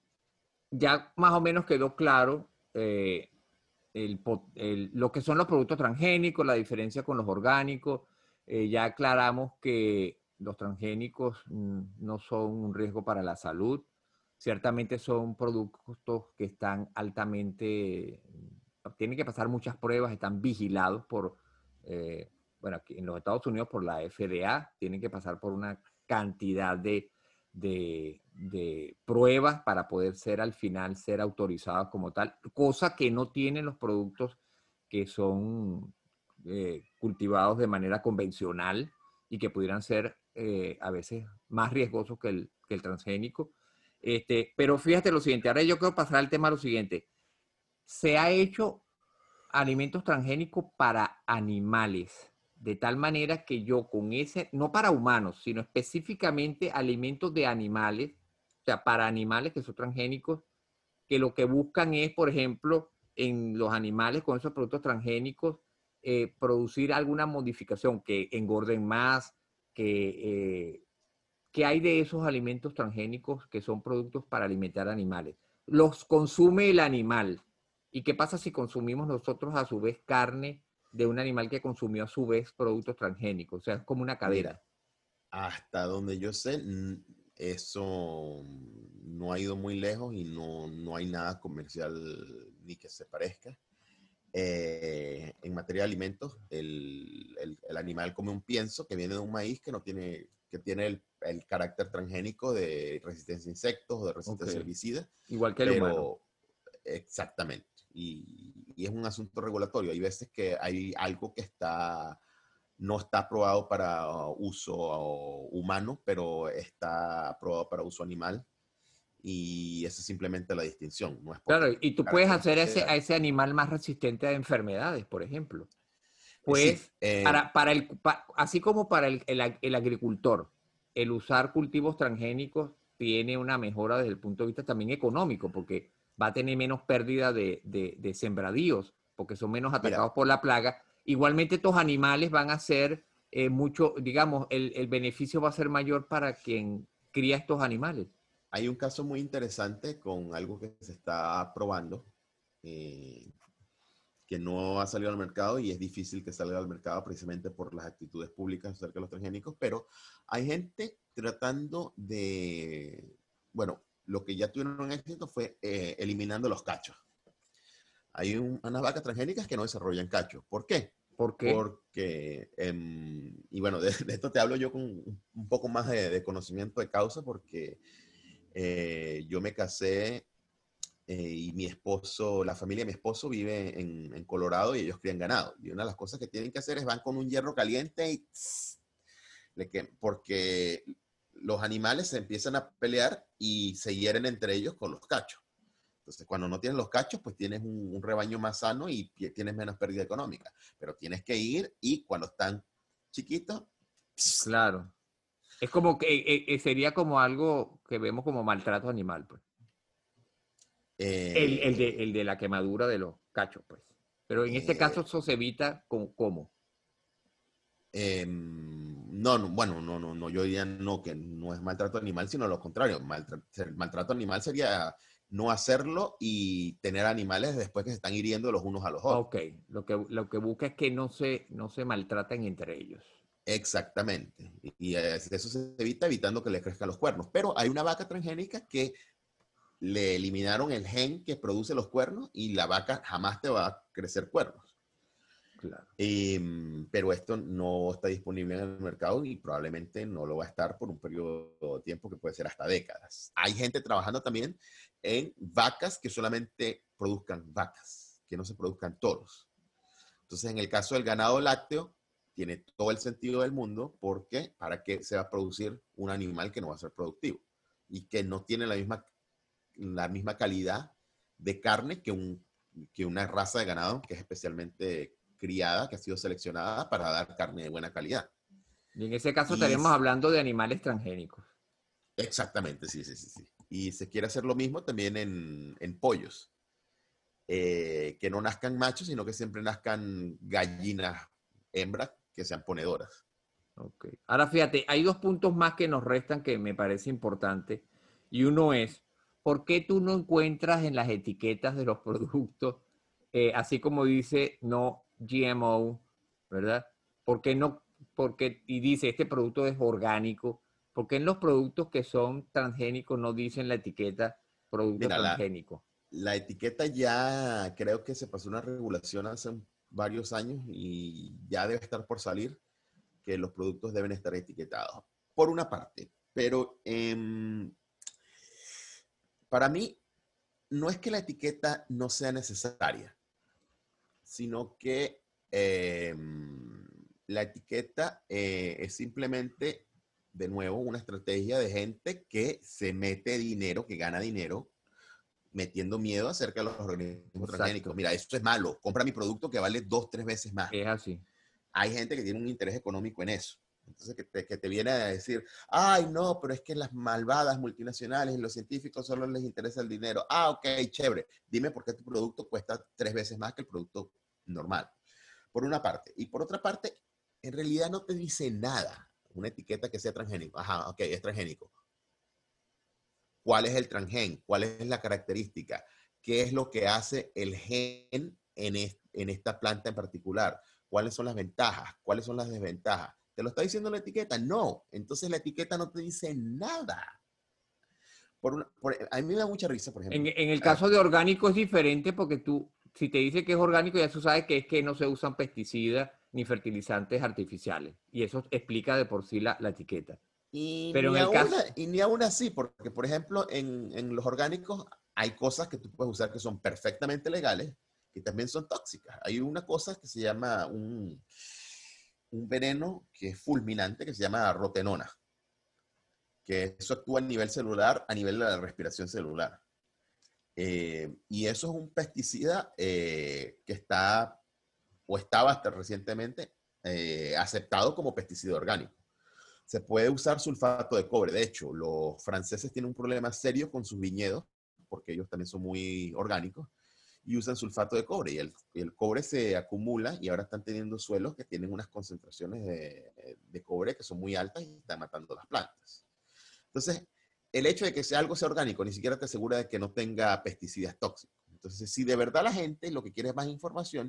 ya más o menos quedó claro eh, el, el, lo que son los productos transgénicos, la diferencia con los orgánicos. Eh, ya aclaramos que los transgénicos mm, no son un riesgo para la salud. Ciertamente son productos que están altamente, tienen que pasar muchas pruebas, están vigilados por, eh, bueno, aquí en los Estados Unidos por la F D A, tienen que pasar por una cantidad de, de, de pruebas para poder ser al final, ser autorizados como tal, cosa que no tienen los productos que son eh, cultivados de manera convencional y que pudieran ser eh, a veces más riesgosos que el, que el transgénico. Este, pero fíjate lo siguiente, ahora yo quiero pasar al tema lo siguiente. Se ha hecho alimentos transgénicos para animales, de tal manera que yo con ese, no para humanos, sino específicamente alimentos de animales, o sea, para animales que son transgénicos, que lo que buscan es, por ejemplo, en los animales con esos productos transgénicos, eh, producir alguna modificación, que engorden más, que eh, ¿qué hay de esos alimentos transgénicos que son productos para alimentar animales? Los consume el animal. ¿Y qué pasa si consumimos nosotros a su vez carne de un animal que consumió a su vez productos transgénicos? O sea, es como una cadena.
Mira, hasta donde yo sé, eso no ha ido muy lejos y no, no hay nada comercial ni que se parezca. Eh, en materia de alimentos, el, el, el, animal come un pienso que viene de un maíz que no tiene, que tiene el, el carácter transgénico de resistencia a insectos o de resistencia a
Ok.
herbicidas,
Igual que el humano.
pero exactamente. Y, y es un asunto regulatorio. Hay veces que hay algo que está, no está aprobado para uso humano, pero está aprobado para uso animal. Y esa es simplemente la distinción, no es
Claro,
porque
y tú puedes hacer a ese, a
características.
ese animal más resistente a enfermedades, por ejemplo.
Eh, sí,
Pues,
eh,
para, para el, pa- así como para el, el- el agricultor, el usar cultivos transgénicos tiene una mejora desde el punto de vista también económico, porque va a tener menos pérdida de, de- de sembradíos, porque son menos
mira,
atacados por la plaga. Igualmente, estos animales van a ser eh, mucho, digamos, el, el beneficio va a ser mayor para quien cría estos animales.
hay un caso muy interesante con algo que se está probando, eh, que no ha salido al mercado y es difícil que salga al mercado precisamente por las actitudes públicas acerca de los transgénicos, pero hay gente tratando de, bueno, lo que ya tuvieron éxito fue eh, eliminando los cachos. Hay un, unas vacas transgénicas que no desarrollan cachos. ¿Por qué?
¿Por qué?
Porque, eh, y bueno, de, de, esto te hablo yo con un poco más de, de conocimiento de causa, porque eh, yo me casé eh, y mi esposo, la familia de mi esposo vive en, en, Colorado y ellos crían ganado. Y una de las cosas que tienen que hacer es van con un hierro caliente y tss, le que, porque los animales se empiezan a pelear y se hieren entre ellos con los cachos. Entonces, cuando no tienes los cachos, pues tienes un, un rebaño más sano y tienes menos pérdida económica. Pero tienes que ir y cuando están chiquitos, pss,
Claro. Es como que eh, eh, sería como algo que vemos como maltrato animal, pues. El, el de,
eh,
el de la quemadura de los cachos, pues. Pero en este caso
eh,
eso se evita con, ¿cómo?
Eh, no, no, bueno, no, no, no, yo diría no, que no es maltrato animal, sino lo contrario. Maltra el maltrato animal sería no hacerlo y tener animales después que se están hiriendo los unos a los otros.
Ok, lo que, lo que busca es que no se, no se maltraten entre ellos.
Exactamente. Y, y eso se evita evitando que le crezcan los cuernos. Pero hay una vaca transgénica que le eliminaron el gen que produce los cuernos y la vaca jamás te va a crecer cuernos.
Claro.
Eh, pero esto no está disponible en el mercado y probablemente no lo va a estar por un periodo de tiempo que puede ser hasta décadas. Hay gente trabajando también en vacas que solamente produzcan vacas, que no se produzcan toros. Entonces, en el caso del ganado lácteo, tiene todo el sentido del mundo porque para qué se va a producir un animal que no va a ser productivo y que no tiene la misma, la misma calidad de carne que, un, que una raza de ganado que es especialmente criada, que ha sido seleccionada para dar carne de buena calidad.
Y en ese caso
Y
estaremos hablando de animales transgénicos.
exactamente, sí, sí, sí, sí. Y se quiere hacer lo mismo también en, en pollos. Eh, que no nazcan machos, sino que siempre nazcan gallinas hembras que sean ponedoras.
Ok. Ahora fíjate, hay dos puntos más que nos restan que me parece importante. Y uno es, ¿por qué tú no encuentras en las etiquetas de los productos, eh, así como dice no G M O, ¿verdad? ¿Por qué no? Porque, y dice, este producto es orgánico. ¿Por qué en los productos que son transgénicos no dicen la etiqueta producto
Mira, la,
transgénico?
la etiqueta ya creo que se pasó una regulación hace varios años y ya debe estar por salir que los productos deben estar etiquetados. Por una parte, pero eh, para mí no es que la etiqueta no sea necesaria, sino que eh, la etiqueta eh, es simplemente, de nuevo, una estrategia de gente que se mete dinero, que gana dinero, metiendo miedo acerca de los organismos transgénicos.
Exacto,
Mira, esto es malo, compra mi producto que vale dos, tres veces más.
es así.
Hay gente que tiene un interés económico en eso. Entonces, que te, que te viene a decir, ay, no, pero es que las malvadas multinacionales y los científicos solo les interesa el dinero. Ah, ok, chévere. Dime por qué tu producto cuesta tres veces más que el producto normal. Por una parte. Y por otra parte, en realidad no te dice nada una etiqueta que sea transgénico. Ajá, ok, es transgénico. ¿Cuál es el transgen? ¿Cuál es la característica? ¿Qué es lo que hace el gen en, es, en esta planta en particular? ¿Cuáles son las ventajas? ¿Cuáles son las desventajas? ¿Te lo está diciendo la etiqueta? No. Entonces la etiqueta no te dice nada. por una, por, a mí me da mucha risa, por
En,
ejemplo.
en el
Ah,
caso de orgánico es diferente porque tú, si te dice que es orgánico, ya tú sabes que es que no se usan pesticidas ni fertilizantes artificiales. Y eso explica de por sí la, la etiqueta.
y,
Pero
ni
en el
aún,
caso,
y ni aún así, porque, por ejemplo, en, en los orgánicos hay cosas que tú puedes usar que son perfectamente legales y también son tóxicas. Hay una cosa que se llama un, un veneno que es fulminante, que se llama rotenona, que eso actúa a nivel celular, a nivel de la respiración celular. Eh, y eso es un pesticida eh, que está, o estaba hasta recientemente, eh, aceptado como pesticida orgánico. Se puede usar sulfato de cobre. De hecho, los franceses tienen un problema serio con sus viñedos, porque ellos también son muy orgánicos, y usan sulfato de cobre. Y el, el cobre se acumula y ahora están teniendo suelos que tienen unas concentraciones de, de cobre que son muy altas y están matando las plantas. Entonces, el hecho de que sea algo sea orgánico ni siquiera te asegura de que no tenga pesticidas tóxicos. Entonces, si de verdad la gente lo que quiere es más información,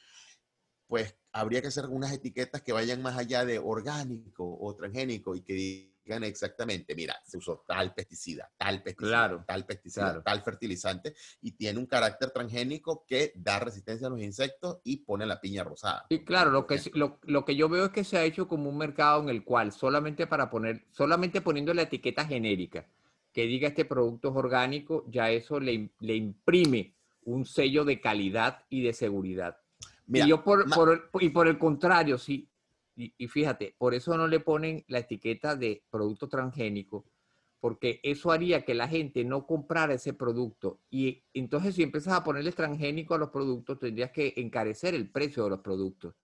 pues habría que hacer unas etiquetas que vayan más allá de orgánico o transgénico y que digan exactamente, mira, se usó tal pesticida, tal pesticida,
claro,
tal pesticida,
claro.
tal fertilizante y tiene un carácter transgénico que da resistencia a los insectos y pone la piña rosada,
Y
por
claro,
ponerte
lo
un
que, sí-
ejemplo.
lo, lo que yo veo es que se ha hecho como un mercado en el cual solamente para poner, solamente poniendo la etiqueta genérica que diga este producto es orgánico, ya eso le, im- le imprime un sello de calidad y de seguridad. Y
Mira,
yo por,
ma-
por, y por el contrario, sí, y, y fíjate, por eso no le ponen la etiqueta de producto transgénico, porque eso haría que la gente no comprara ese producto. Y entonces si empiezas a ponerle transgénico a los productos, tendrías que encarecer el precio de los productos.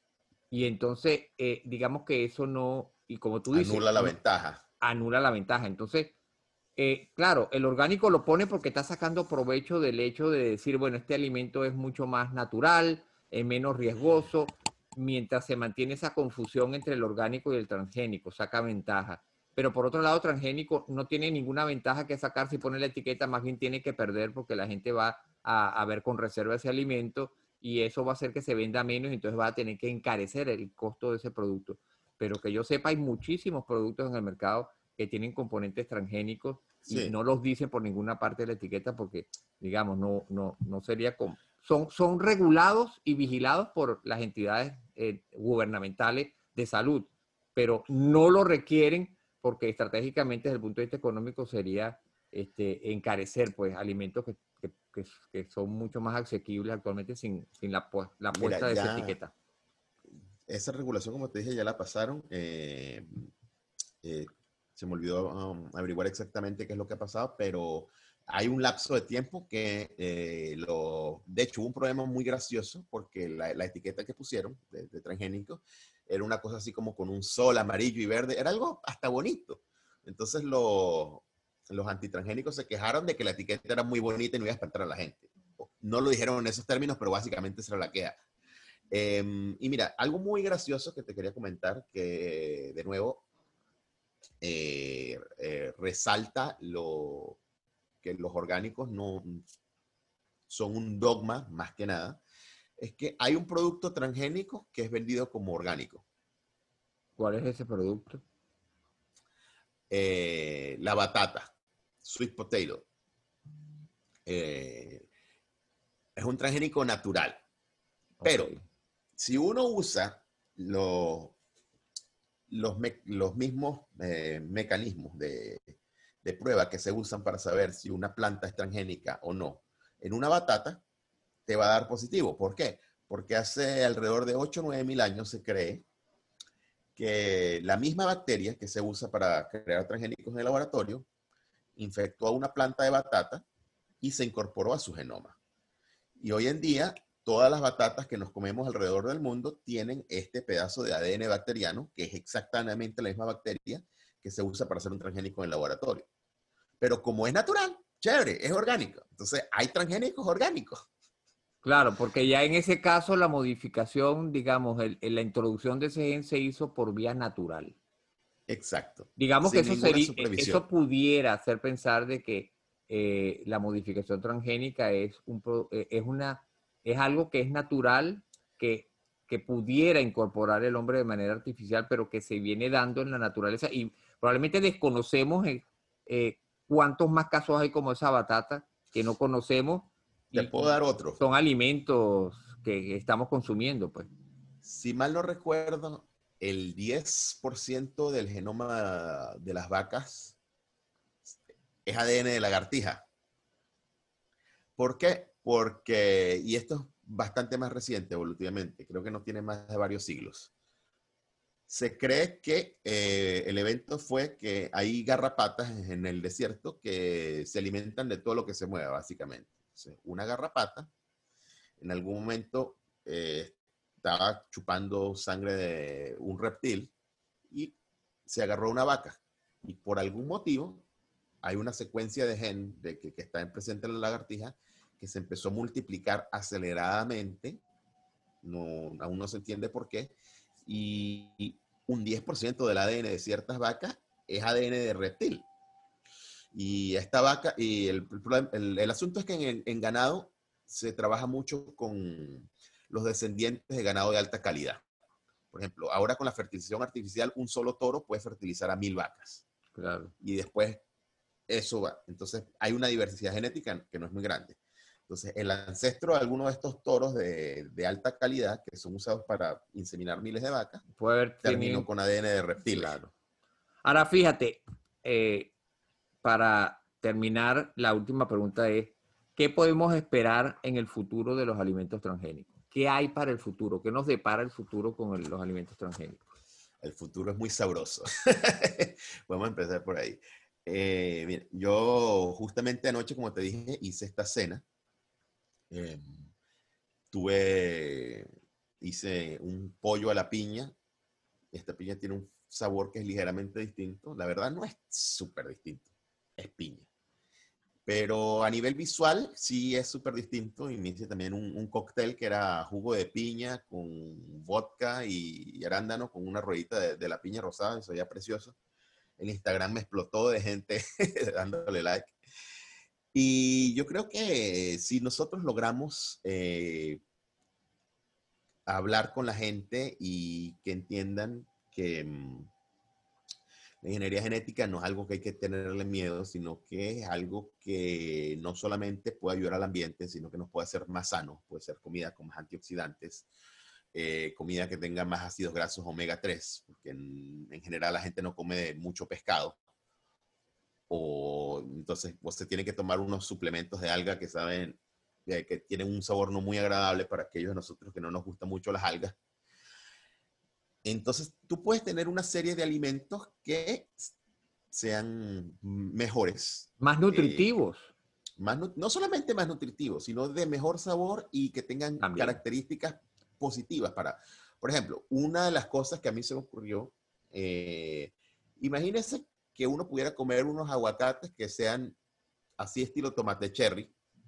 Y entonces, eh, digamos que eso no, y como tú dices,
anula la
no
ventaja.
anula la ventaja. Entonces, eh, claro, el orgánico lo pone porque está sacando provecho del hecho de decir, bueno, este alimento es mucho más natural, es menos riesgoso, mientras se mantiene esa confusión entre el orgánico y el transgénico, saca ventaja. Pero por otro lado, transgénico no tiene ninguna ventaja que sacar si pone la etiqueta, más bien tiene que perder porque la gente va a, a ver con reserva ese alimento y eso va a hacer que se venda menos y entonces va a tener que encarecer el costo de ese producto. Pero que yo sepa, hay muchísimos productos en el mercado que tienen componentes transgénicos y
Sí,
no los dicen por ninguna parte de la etiqueta porque, digamos, no, no, no sería como... Son, son regulados y vigilados por las entidades eh, gubernamentales de salud, pero no lo requieren porque estratégicamente desde el punto de vista económico sería este, encarecer pues alimentos que, que, que, que son mucho más asequibles actualmente sin, sin la, la
mira,
puesta de esa
ya
etiqueta.
esa regulación, como te dije, ya la pasaron. Eh, eh, se me olvidó um, averiguar exactamente qué es lo que ha pasado, pero hay un lapso de tiempo que eh, lo... De hecho, hubo un problema muy gracioso porque la, la etiqueta que pusieron de, de transgénico era una cosa así como con un sol amarillo y verde. Era algo hasta bonito. Entonces lo, los antitransgénicos se quejaron de que la etiqueta era muy bonita y no iba a espantar a la gente. No lo dijeron en esos términos, pero básicamente se la queda. Eh, y mira, algo muy gracioso que te quería comentar, que de nuevo eh, eh, resalta lo, que los orgánicos no son un dogma más que nada, es que hay un producto transgénico que es vendido como orgánico.
¿Cuál es ese producto?
Eh, la batata, sweet potato, eh, es un transgénico natural,
Ok.
pero si uno usa los, los, me, los mismos eh, mecanismos de, de prueba que se usan para saber si una planta es transgénica o no en una batata, te va a dar positivo. ¿Por qué? Porque hace alrededor de ocho o nueve mil años se cree que la misma bacteria que se usa para crear transgénicos en el laboratorio infectó a una planta de batata y se incorporó a su genoma. Y hoy en día, todas las batatas que nos comemos alrededor del mundo tienen este pedazo de A D N bacteriano, que es exactamente la misma bacteria que se usa para hacer un transgénico en el laboratorio. Pero como es natural, chévere, es orgánico. Entonces, hay transgénicos orgánicos.
Claro, porque ya en ese caso la modificación, digamos, el, el- la introducción de ese gen se hizo por vía natural.
Exacto.
Digamos que
Sin
eso
ninguna
sería, e,
supervisión.
eso pudiera hacer pensar de que eh, la modificación transgénica es un, pro- eh, es una, es algo que es natural, que, que pudiera incorporar el hombre de manera artificial, pero que se viene dando en la naturaleza y probablemente desconocemos eh, eh, ¿cuántos más casos hay como esa batata que no conocemos?
Te
Y
puedo dar otro.
son alimentos que estamos consumiendo, pues.
Si mal no recuerdo, el diez por ciento del genoma de las vacas es A D N de lagartija. ¿Por qué? Porque, y esto es bastante más reciente evolutivamente, creo que no tiene más de varios siglos. Se cree que eh, el evento fue que hay garrapatas en el desierto que se alimentan de todo lo que se mueva, básicamente. Entonces, una garrapata en algún momento eh, estaba chupando sangre de un reptil y se agarró una vaca. Y por algún motivo hay una secuencia de gen de que, que está presente en la lagartija que se empezó a multiplicar aceleradamente, no, aún no se entiende por qué, y, y un diez por ciento del A D N de ciertas vacas es A D N de reptil. Y esta vaca, y el, el, el asunto es que en, en ganado se trabaja mucho con los descendientes de ganado de alta calidad. Por ejemplo, ahora con la fertilización artificial, un solo toro puede fertilizar a mil vacas.
Claro.
Y después eso va. Entonces, hay una diversidad genética que no es muy grande. Entonces, el ancestro de alguno de estos toros de, de alta calidad, que son usados para inseminar miles de vacas,
Puede haber
terminó
tenido...
con A D N de reptiles.
Claro. Ahora, fíjate, eh, para terminar, la última pregunta es, ¿qué podemos esperar en el futuro de los alimentos transgénicos? ¿Qué hay para el futuro? ¿Qué nos depara el futuro con el, los alimentos transgénicos?
El futuro es muy sabroso. Vamos a empezar por ahí. Eh, mira, yo justamente anoche, como te dije, hice esta cena. Eh, tuve, hice un pollo a la piña. Esta piña tiene un sabor que es ligeramente distinto. La verdad no es súper distinto. Es piña. Pero a nivel visual sí es súper distinto. Y me hice también un, un cóctel que era jugo de piña con vodka y, y arándano con una ruedita de, de la piña rosada. Eso ya precioso. El Instagram me explotó de gente dándole like. Y yo creo que si nosotros logramos eh, hablar con la gente y que entiendan que mmm, la ingeniería genética no es algo que hay que tenerle miedo, sino que es algo que no solamente puede ayudar al ambiente, sino que nos puede hacer más sanos. Puede ser comida con más antioxidantes, eh, comida que tenga más ácidos grasos omega tres, porque en, en general la gente no come mucho pescado. O entonces usted tiene que tomar unos suplementos de alga que saben eh, que tienen un sabor no muy agradable para aquellos de nosotros que no nos gustan mucho las algas. Entonces, tú puedes tener una serie de alimentos que sean mejores.
Más nutritivos.
Eh, más, no solamente más nutritivos, sino de mejor sabor y que tengan
También.
características positivas para... Por ejemplo, una de las cosas que a mí se me ocurrió, eh, imagínense que uno pudiera comer unos aguacates que sean así estilo tomate cherry,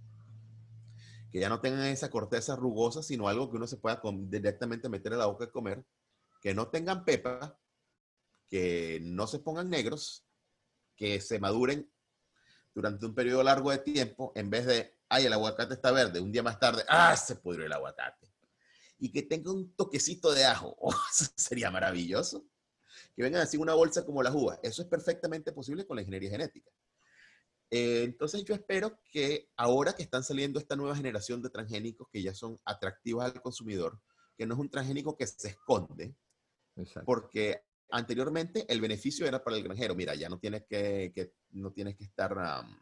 que ya no tengan esa corteza rugosa, sino algo que uno se pueda directamente meter en la boca y comer, que no tengan pepa, que no se pongan negros, que se maduren durante un periodo largo de tiempo, en vez de, ay, el aguacate está verde, un día más tarde, ah, se pudrió el aguacate. Y que tenga un toquecito de ajo, oh, eso sería maravilloso. Que vengan así una bolsa como las uvas. Eso es perfectamente posible con la ingeniería genética. Eh, entonces yo espero que ahora que están saliendo esta nueva generación de transgénicos que ya son atractivos al consumidor, que no es un transgénico que se esconde,
Exacto.
porque anteriormente el beneficio era para el granjero. Mira, ya no tienes que, que, no tienes que estar um,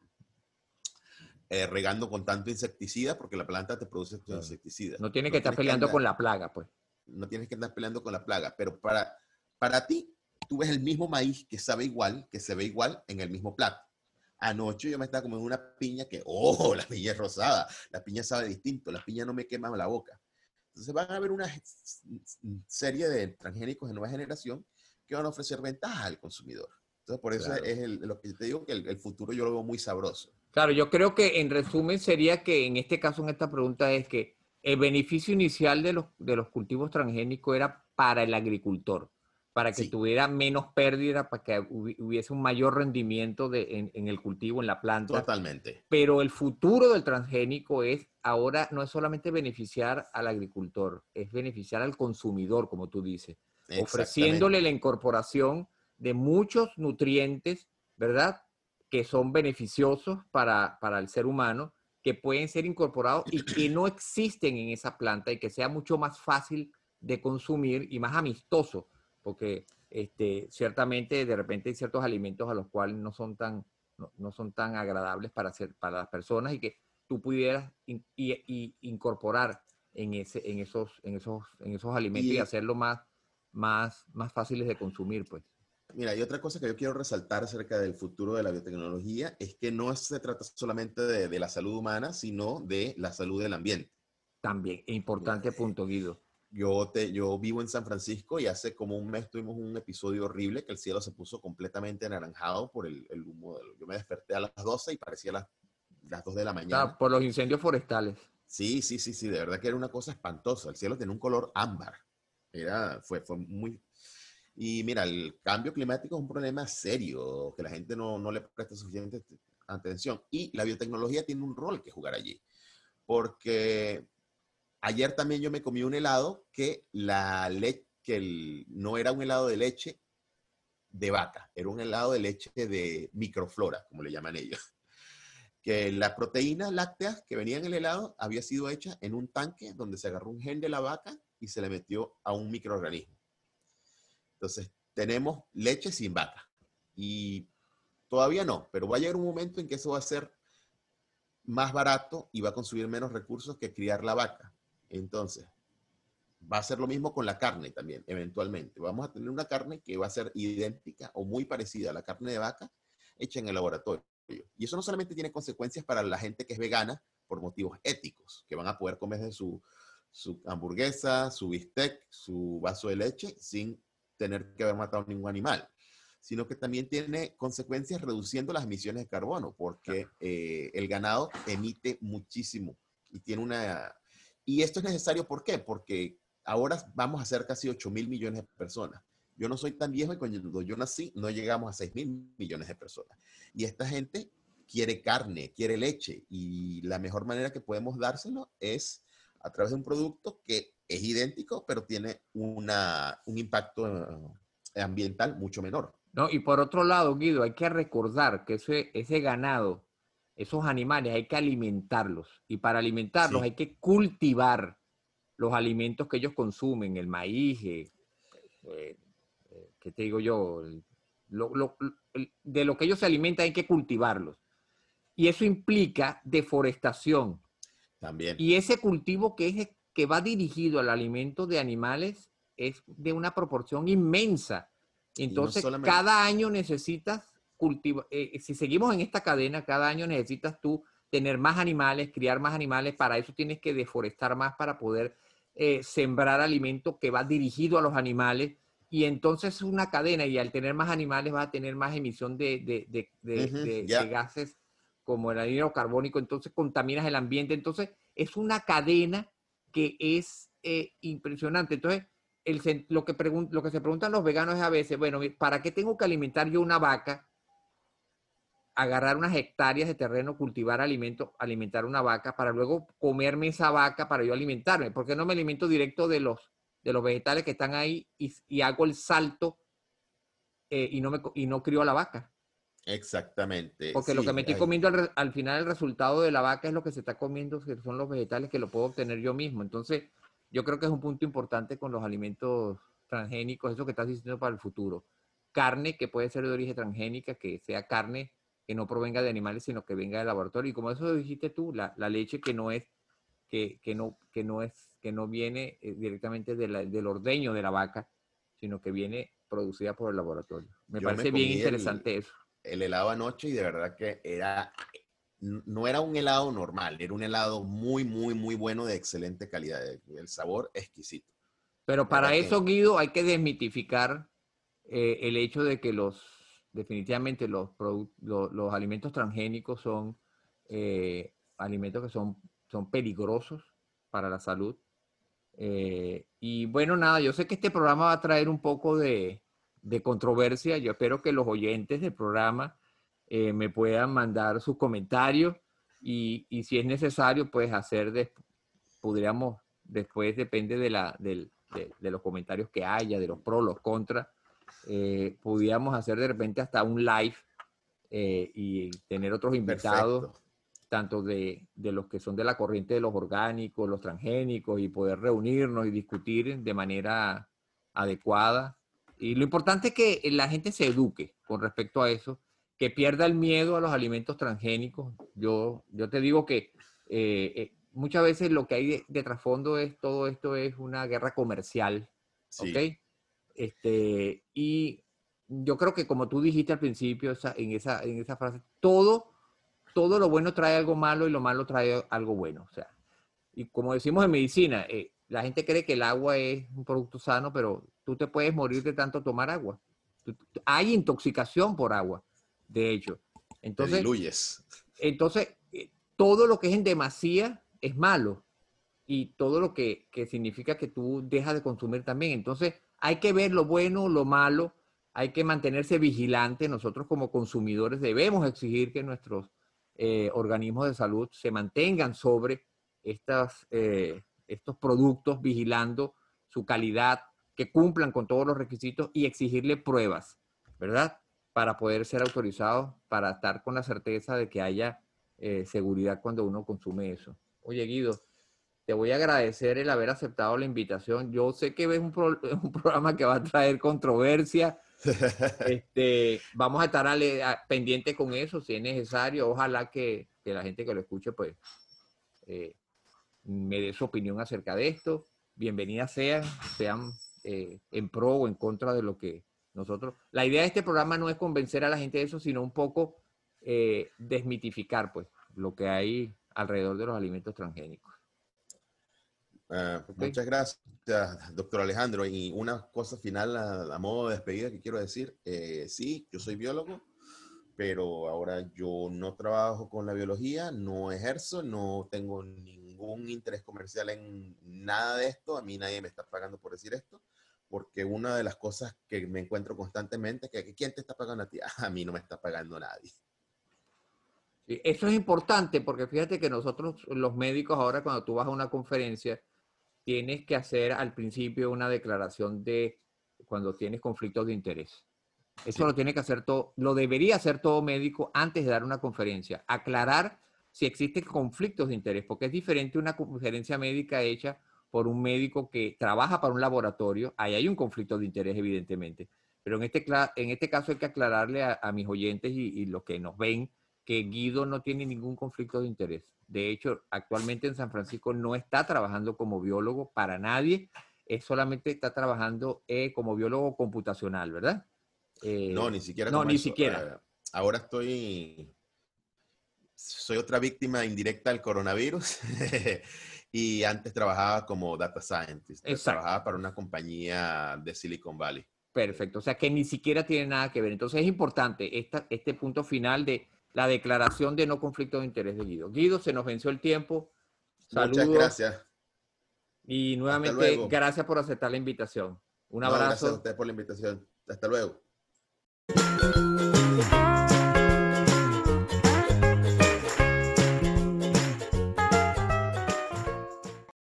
eh, regando con tanto insecticida porque la planta te produce tus
Claro.
insecticidas.
No tiene
No
que estar peleando
que andar,
con la plaga, pues.
No tienes que andar peleando con la plaga, pero para, para ti, tú ves el mismo maíz que sabe igual, que se ve igual en el mismo plato. Anoche yo me estaba comiendo una piña que, oh, la piña es rosada, la piña sabe distinto, la piña no me quema la boca. Entonces van a haber una serie de transgénicos de nueva generación que van a ofrecer ventajas al consumidor. Entonces por eso claro. es el, lo que te digo que el, el futuro yo lo veo muy sabroso.
Claro, yo creo que en resumen sería que en este caso, en esta pregunta, es que el beneficio inicial de los, de los cultivos transgénicos era para el agricultor, para que sí. tuviera menos pérdida, para que hubiese un mayor rendimiento de, en, en el cultivo, en la planta.
Totalmente.
Pero el futuro del transgénico es ahora no es solamente beneficiar al agricultor, es beneficiar al consumidor, como tú dices, ofreciéndole la incorporación de muchos nutrientes, ¿verdad?, que son beneficiosos para, para el ser humano, que pueden ser incorporados y que no existen en esa planta y que sea mucho más fácil de consumir y más amistoso, porque este, ciertamente de repente hay ciertos alimentos a los cuales no son tan, no, no son tan agradables para, hacer, para las personas y que tú pudieras in, y, y incorporar en, ese, en, esos, en, esos, en esos alimentos y, y hacerlo más, más, más fáciles de consumir, pues.
Mira, y otra cosa que yo quiero resaltar acerca del futuro de la biotecnología es que no se trata solamente de, de la salud humana, sino de la salud del ambiente.
También, importante
Mira,
punto, Guido.
Yo, te, yo vivo en San Francisco y hace como un mes tuvimos un episodio horrible que el cielo se puso completamente anaranjado por el, el humo. De, yo me desperté a las doce y parecía las, las dos de la mañana.
O sea, por los incendios forestales.
Sí, sí, sí, sí, de verdad que era una cosa espantosa. El cielo tenía un color ámbar. Era, fue, fue muy... Y mira, el cambio climático es un problema serio que la gente no, no le presta suficiente atención. Y la biotecnología tiene un rol que jugar allí. Porque ayer también yo me comí un helado que, la le que el, no era un helado de leche de vaca, era un helado de leche de microflora, como le llaman ellos. Que la proteína láctea que venía en el helado había sido hecha en un tanque donde se agarró un gen de la vaca y se le metió a un microorganismo. Entonces, tenemos leche sin vaca. Y todavía no, pero va a llegar un momento en que eso va a ser más barato y va a consumir menos recursos que criar la vaca. Entonces, va a ser lo mismo con la carne también, eventualmente. Vamos a tener una carne que va a ser idéntica o muy parecida a la carne de vaca hecha en el laboratorio. Y eso no solamente tiene consecuencias para la gente que es vegana por motivos éticos, que van a poder comer su, su hamburguesa, su bistec, su vaso de leche sin tener que haber matado ningún animal, sino que también tiene consecuencias reduciendo las emisiones de carbono, porque eh, el ganado emite muchísimo y tiene una... Y esto es necesario, ¿por qué? Porque ahora vamos a ser casi ocho mil millones de personas. Yo no soy tan viejo y cuando yo nací no llegamos a seis mil millones de personas. Y esta gente quiere carne, quiere leche y la mejor manera que podemos dárselo es a través de un producto que es idéntico, pero tiene una, un impacto ambiental mucho menor.
No, y por otro lado, Guido, hay que recordar que ese, ese ganado, esos animales, hay que alimentarlos. Y para alimentarlos
Sí.
hay que cultivar los alimentos que ellos consumen, el maíz, eh, eh, ¿qué te digo yo? Lo, lo, el, de lo que ellos se alimentan hay que cultivarlos. Y eso implica deforestación.
También.
Y ese cultivo que, es, que va dirigido al alimento de animales es de una proporción inmensa. Entonces, no cada año necesitas cultivar, eh, si seguimos en esta cadena, cada año necesitas tú tener más animales, criar más animales, para eso tienes que deforestar más para poder eh, sembrar alimento que va dirigido a los animales, y entonces es una cadena, y al tener más animales vas a tener más emisión de, de, de, de,
uh-huh,
de,
yeah.
de gases como el anhídrido carbónico, entonces contaminas el ambiente, entonces es una cadena que es eh, impresionante. Entonces, el, lo, que pregun, lo que se preguntan los veganos es a veces, bueno, ¿para qué tengo que alimentar yo una vaca? Agarrar unas hectáreas de terreno, cultivar alimentos, alimentar una vaca para luego comerme esa vaca para yo alimentarme. ¿Por qué no me alimento directo de los, de los vegetales que están ahí y, y hago el salto eh, y, no me, y no crío a la vaca?
Exactamente.
Porque
sí,
lo que me estoy
ay.
comiendo al, al final, el resultado de la vaca es lo que se está comiendo, que son los vegetales que lo puedo obtener yo mismo. Entonces, yo creo que es un punto importante con los alimentos transgénicos, eso que estás diciendo para el futuro. Carne que puede ser de origen transgénica, que sea carne que no provenga de animales, sino que venga del laboratorio. Y como eso dijiste tú, la, la leche que no es, que, que no, que no es, que no viene eh, directamente de la, del ordeño de la vaca, sino que viene producida por el laboratorio. Me
Yo me
parece bien
comí
interesante
el,
eso.
el helado anoche y de verdad que era, no era un helado normal, era un helado muy, muy, muy bueno, de excelente calidad, el sabor exquisito.
Pero
De
para
verdad
eso,
que
Guido, hay que desmitificar eh, el hecho de que los, definitivamente los, los, los alimentos transgénicos son eh, alimentos que son, son peligrosos para la salud. Eh, y bueno, nada, yo sé que este programa va a traer un poco de, de controversia. Yo espero que los oyentes del programa eh, me puedan mandar sus comentarios y, y si es necesario, pues hacer, de, podríamos, después depende de, la, del, de, de los comentarios que haya, de los pros, los contras, eh, pudiéramos hacer de repente hasta un live eh, y tener otros invitados,
Perfecto.
tanto de, de los que son de la corriente de los orgánicos, los transgénicos, y poder reunirnos y discutir de manera adecuada. Y lo importante es que la gente se eduque con respecto a eso, que pierda el miedo a los alimentos transgénicos. Yo, yo te digo que eh, eh, muchas veces lo que hay de, de trasfondo es todo esto es una guerra comercial, ¿ok?
Sí,
Este, y yo creo que como tú dijiste al principio, esa, en, esa, en esa frase, todo, todo lo bueno trae algo malo y lo malo trae algo bueno. O sea, y como decimos en medicina, eh, la gente cree que el agua es un producto sano, pero tú te puedes morir de tanto tomar agua. Tú- tú- Hay intoxicación por agua, de hecho.
te
Entonces,
diluyes.
entonces eh, todo lo que es en demasía es malo y todo lo que, que significa que tú dejas de consumir también. Entonces, hay que ver lo bueno, lo malo, hay que mantenerse vigilante. Nosotros como consumidores debemos exigir que nuestros eh, organismos de salud se mantengan sobre estas, eh, estos productos, vigilando su calidad, que cumplan con todos los requisitos y exigirle pruebas, ¿verdad? Para poder ser autorizados, para estar con la certeza de que haya eh, seguridad cuando uno consume eso. Oye, Guido, te voy a agradecer el haber aceptado la invitación. Yo sé que es un, pro, un programa que va a traer controversia. Este, vamos a estar ale, a, pendientes con eso si es necesario. Ojalá que, que la gente que lo escuche pues eh, me dé su opinión acerca de esto. Bienvenidas sean, sean eh, en pro o en contra de lo que nosotros... La idea de este programa no es convencer a la gente de eso, sino un poco eh, desmitificar pues lo que hay alrededor de los alimentos transgénicos.
Uh,
¿Okay?
muchas gracias, doctor Alejandro. Y una cosa final a, a modo de despedida que quiero decir. Eh, sí, yo soy biólogo, pero ahora yo no trabajo con la biología, no ejerzo, no tengo ningún interés comercial en nada de esto. A mí nadie me está pagando por decir esto, porque una de las cosas que me encuentro constantemente es que ¿quién te está pagando a ti? A mí no me está pagando nadie.
Sí, eso es importante porque fíjate que nosotros, los médicos, ahora cuando tú vas a una conferencia, tienes que hacer al principio una declaración de cuando tienes conflictos de interés. Eso
Sí,
lo tiene que hacer todo, lo debería hacer todo médico antes de dar una conferencia. Aclarar si existen conflictos de interés, porque es diferente una conferencia médica hecha por un médico que trabaja para un laboratorio. Ahí hay un conflicto de interés, evidentemente. Pero en este, en este caso hay que aclararle a, a mis oyentes y, y los que nos ven que Guido no tiene ningún conflicto de interés. De hecho, actualmente en San Francisco no está trabajando como biólogo para nadie, es solamente está trabajando eh, como biólogo computacional, ¿verdad?
no,
Eh,
ni siquiera
no,
como
ni
eso.
siquiera.
Uh, ahora estoy, soy otra víctima indirecta del coronavirus. Y antes trabajaba como data scientist,
Exacto.
trabajaba para una compañía de Silicon Valley.
Perfecto. O sea que ni siquiera tiene nada que ver. Entonces es importante esta, este punto final de la declaración de no conflicto de interés de Guido. Guido, se nos venció el tiempo.
Muchas
Saludos
gracias.
y
Hasta
nuevamente
luego.
gracias por aceptar la invitación. Un
No, gracias a
abrazo.
usted por la invitación. Hasta luego.